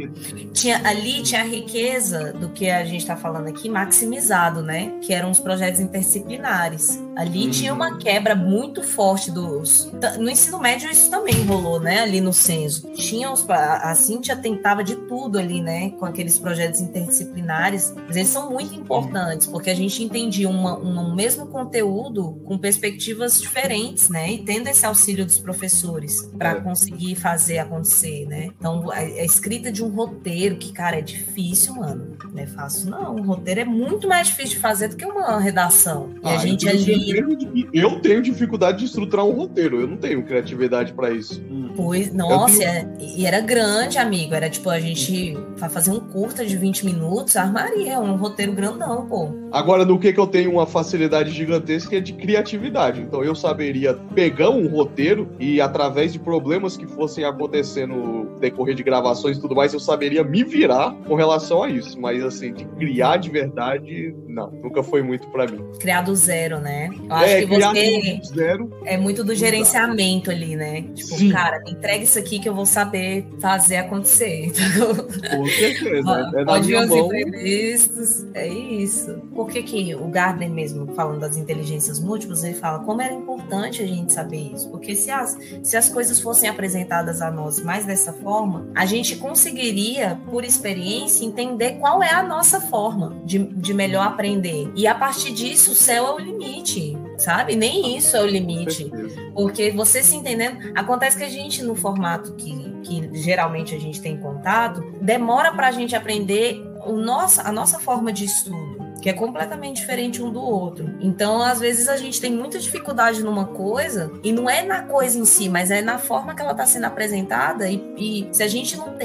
tinha a riqueza do que a gente tá falando aqui, maximizado, né? Que eram os projetos interdisciplinares. Ali tinha uma quebra muito forte no ensino médio isso também rolou, né? Ali no Censo. A Cíntia tentava de tudo ali, né? Com aqueles projetos interdisciplinares. Mas eles são muito importantes, porque a gente entendia um mesmo conteúdo com perspectivas diferentes, né? E tendo esse auxílio dos professores para conseguir fazer acontecer, né? Então, a escrita de um roteiro, que, cara, é difícil, mano. Não é fácil, não. Um roteiro é muito mais difícil de fazer do que uma redação. E a gente ali... Eu tenho dificuldade de estruturar um roteiro. Eu não tenho criatividade pra isso. Pois, nossa, e era grande, amigo. Era tipo, a gente vai fazer um curta de 20 minutos, armaria, um roteiro grandão, pô. Agora, no que eu tenho uma facilidade gigantesca é de criatividade. Então, eu saberia pegar um roteiro e, através de problemas que fossem acontecer no decorrer de gravações e tudo mais, eu saberia me virar com relação a isso. Mas, assim, de criar de verdade, não. Nunca foi muito pra mim. Criar do zero, né? Eu acho que você do zero, é muito do gerenciamento ali, né? Tipo, sim, cara, me entrega isso aqui que eu vou saber fazer acontecer. Com certeza. Pode ver os imprevistos. É isso. Por que o Gardner mesmo, falando das inteligências múltiplas, ele fala como era importante a gente saber isso. Porque se as coisas fossem apresentadas a nós mais dessa forma, a gente conseguiria, por experiência, entender qual é a nossa forma de melhor aprender. E a partir disso, o céu é o limite, sabe? Nem isso é o limite. Porque você se entendendo... Acontece que a gente, no formato que geralmente a gente tem contato, demora pra gente aprender a nossa forma de estudo, que é completamente diferente um do outro. Então, às vezes, a gente tem muita dificuldade numa coisa, e não é na coisa em si, mas é na forma que ela está sendo apresentada, e se a gente não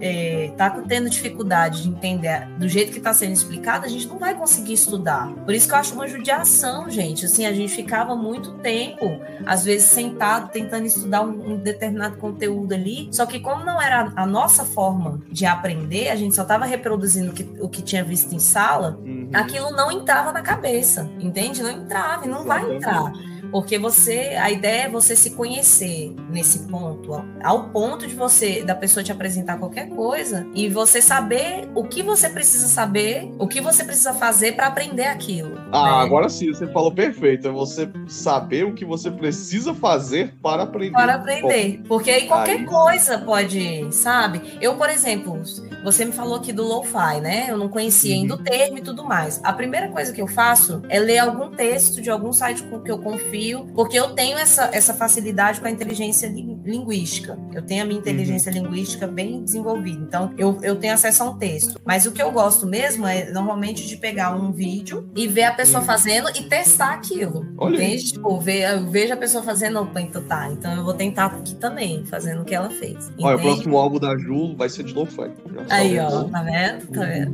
tá tendo dificuldade de entender do jeito que está sendo explicado, a gente não vai conseguir estudar. Por isso que eu acho uma judiação, gente. Assim, a gente ficava muito tempo, às vezes, sentado, tentando estudar um determinado conteúdo ali, só que como não era a nossa forma de aprender, a gente só estava reproduzindo o que tinha visto em sala, aquilo não entrava na cabeça, entende? Não entrava e não vai entrar. Porque a ideia é você se conhecer nesse ponto, ao ponto da pessoa te apresentar qualquer coisa e você saber o que você precisa saber, o que você precisa fazer para aprender aquilo. Né? Agora sim, você falou perfeito. É você saber o que você precisa fazer para aprender. Para aprender. Porque aí qualquer coisa pode, sabe? Eu, por exemplo, você me falou aqui do lo-fi, né? Eu não conhecia ainda o termo e tudo mais. A primeira coisa que eu faço é ler algum texto de algum site que eu confio, porque eu tenho essa facilidade com a inteligência linguística. Eu tenho a minha inteligência linguística bem desenvolvida. Então, eu tenho acesso a um texto. Mas o que eu gosto mesmo é, normalmente, de pegar um vídeo e ver pessoa fazendo e testar aquilo. Entende? Tipo, eu vejo a pessoa fazendo, opa, então tá. Então eu vou tentar aqui também, fazendo o que ela fez. Olha, o próximo álbum da Ju vai ser de lo-fi. Aí, ó, tá vendo? Tá vendo?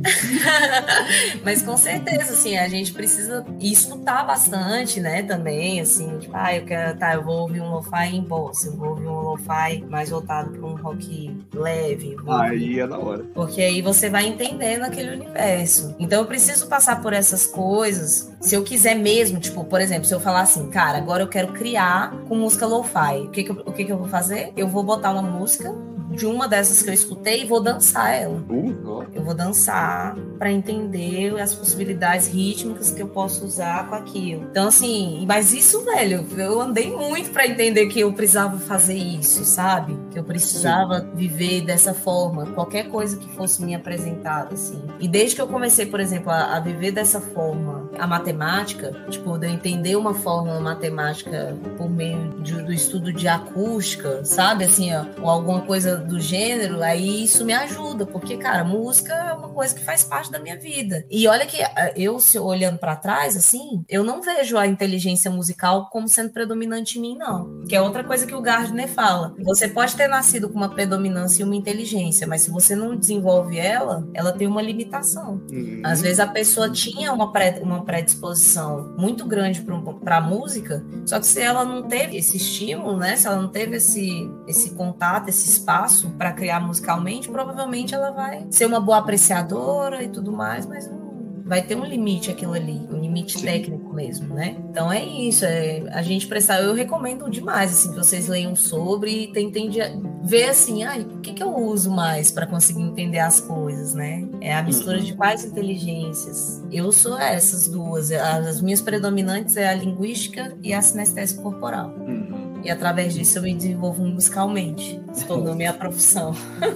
Mas com certeza, assim, a gente precisa escutar bastante, né, também, assim, tipo, eu vou ouvir um lo-fi em bossa, eu vou ouvir um lo-fi mais voltado para um rock leve. Aí é da hora. Porque aí você vai entendendo aquele universo. Então eu preciso passar por essas coisas. Se eu quiser mesmo, tipo, por exemplo, se eu falar assim, cara, agora eu quero criar com música lo-fi, o que eu vou fazer? Eu vou botar uma música de uma dessas que eu escutei e vou dançar ela. Eu vou dançar para entender as possibilidades rítmicas que eu posso usar com aquilo. Então, assim, mas isso, velho, eu andei muito para entender que eu precisava fazer isso, sabe? Que eu precisava viver dessa forma, qualquer coisa que fosse me apresentada, assim. E desde que eu comecei, por exemplo, a viver dessa forma, a matemática, tipo, de eu entender uma fórmula matemática por meio do estudo de acústica, sabe? Assim, ó, ou alguma coisa do gênero, aí isso me ajuda, porque, cara, música é uma coisa que faz parte da minha vida. E olha que eu, olhando pra trás, assim, eu não vejo a inteligência musical como sendo predominante em mim, não. Que é outra coisa que o Gardner fala. Você pode ter nascido com uma predominância e uma inteligência, mas se você não desenvolve ela tem uma limitação. Às vezes a pessoa tinha uma predisposição muito grande pra música, só que se ela não teve esse estímulo, né, se ela não teve esse contato, esse espaço para criar musicalmente, provavelmente ela vai ser uma boa apreciadora e tudo mais, mas vai ter um limite aquilo ali, um limite técnico mesmo, né? Então é isso, a gente prestar, eu recomendo demais, assim, que vocês leiam sobre e tentem ver assim, o que eu uso mais para conseguir entender as coisas, né? É a mistura de quais inteligências. Eu sou essas duas, as minhas predominantes é a linguística e a sinestésia corporal. E através disso eu me desenvolvo musicalmente. Se tornou minha profissão.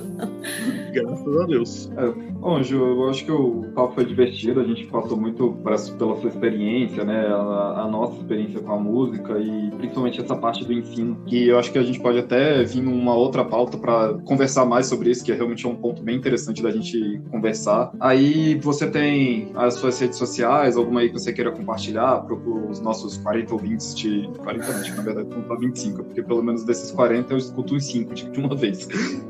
Graças a Deus. Bom, Ju, eu acho que o papo foi divertido. A gente passou muito pela sua experiência, né? A nossa experiência com a música e principalmente essa parte do ensino. Que eu acho que a gente pode até vir numa outra pauta para conversar mais sobre isso, que é realmente um ponto bem interessante da gente conversar. Aí você tem as suas redes sociais, alguma aí que você queira compartilhar para os nossos 40 ouvintes 40 não, na verdade, não para 25, porque pelo menos desses 40 eu escuto os 5 de uma vez.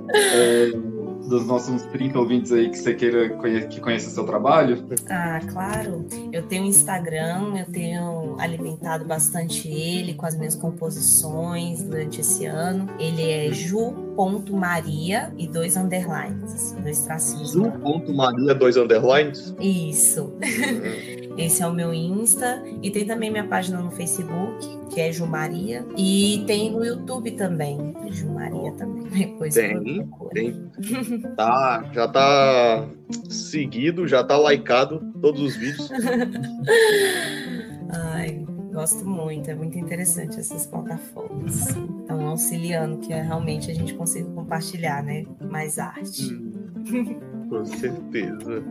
Dos nossos 30 ouvintes aí que você queira que conheça o seu trabalho? Claro. Eu tenho Instagram, eu tenho alimentado bastante ele com as minhas composições durante esse ano. Ele é ju.maria e 2 underlines, assim, 2 tracinhos. Ju.maria, 2 underlines? Isso. Esse é o meu Insta. E tem também minha página no Facebook, que é Ju Maria. E tem no YouTube também, Ju Maria também. Depois tem. Já tá seguido, já tá likeado todos os vídeos. Gosto muito, é muito interessante essas plataformas. Estão auxiliando que realmente a gente consiga compartilhar, né, mais arte. Com certeza.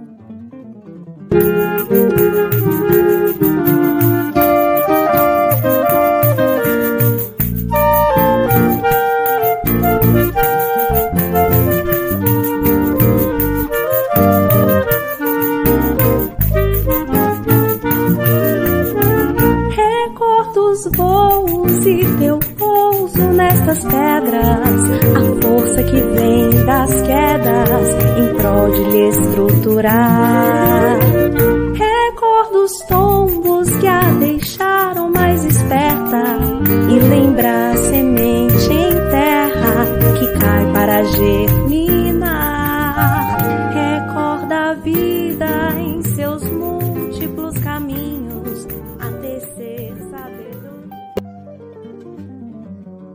Voos e teu pouso nestas pedras, a força que vem das quedas em prol de lhe estruturar. Recordo os tombos que a deixaram mais esperta e lembra a semente em terra que cai para germinar.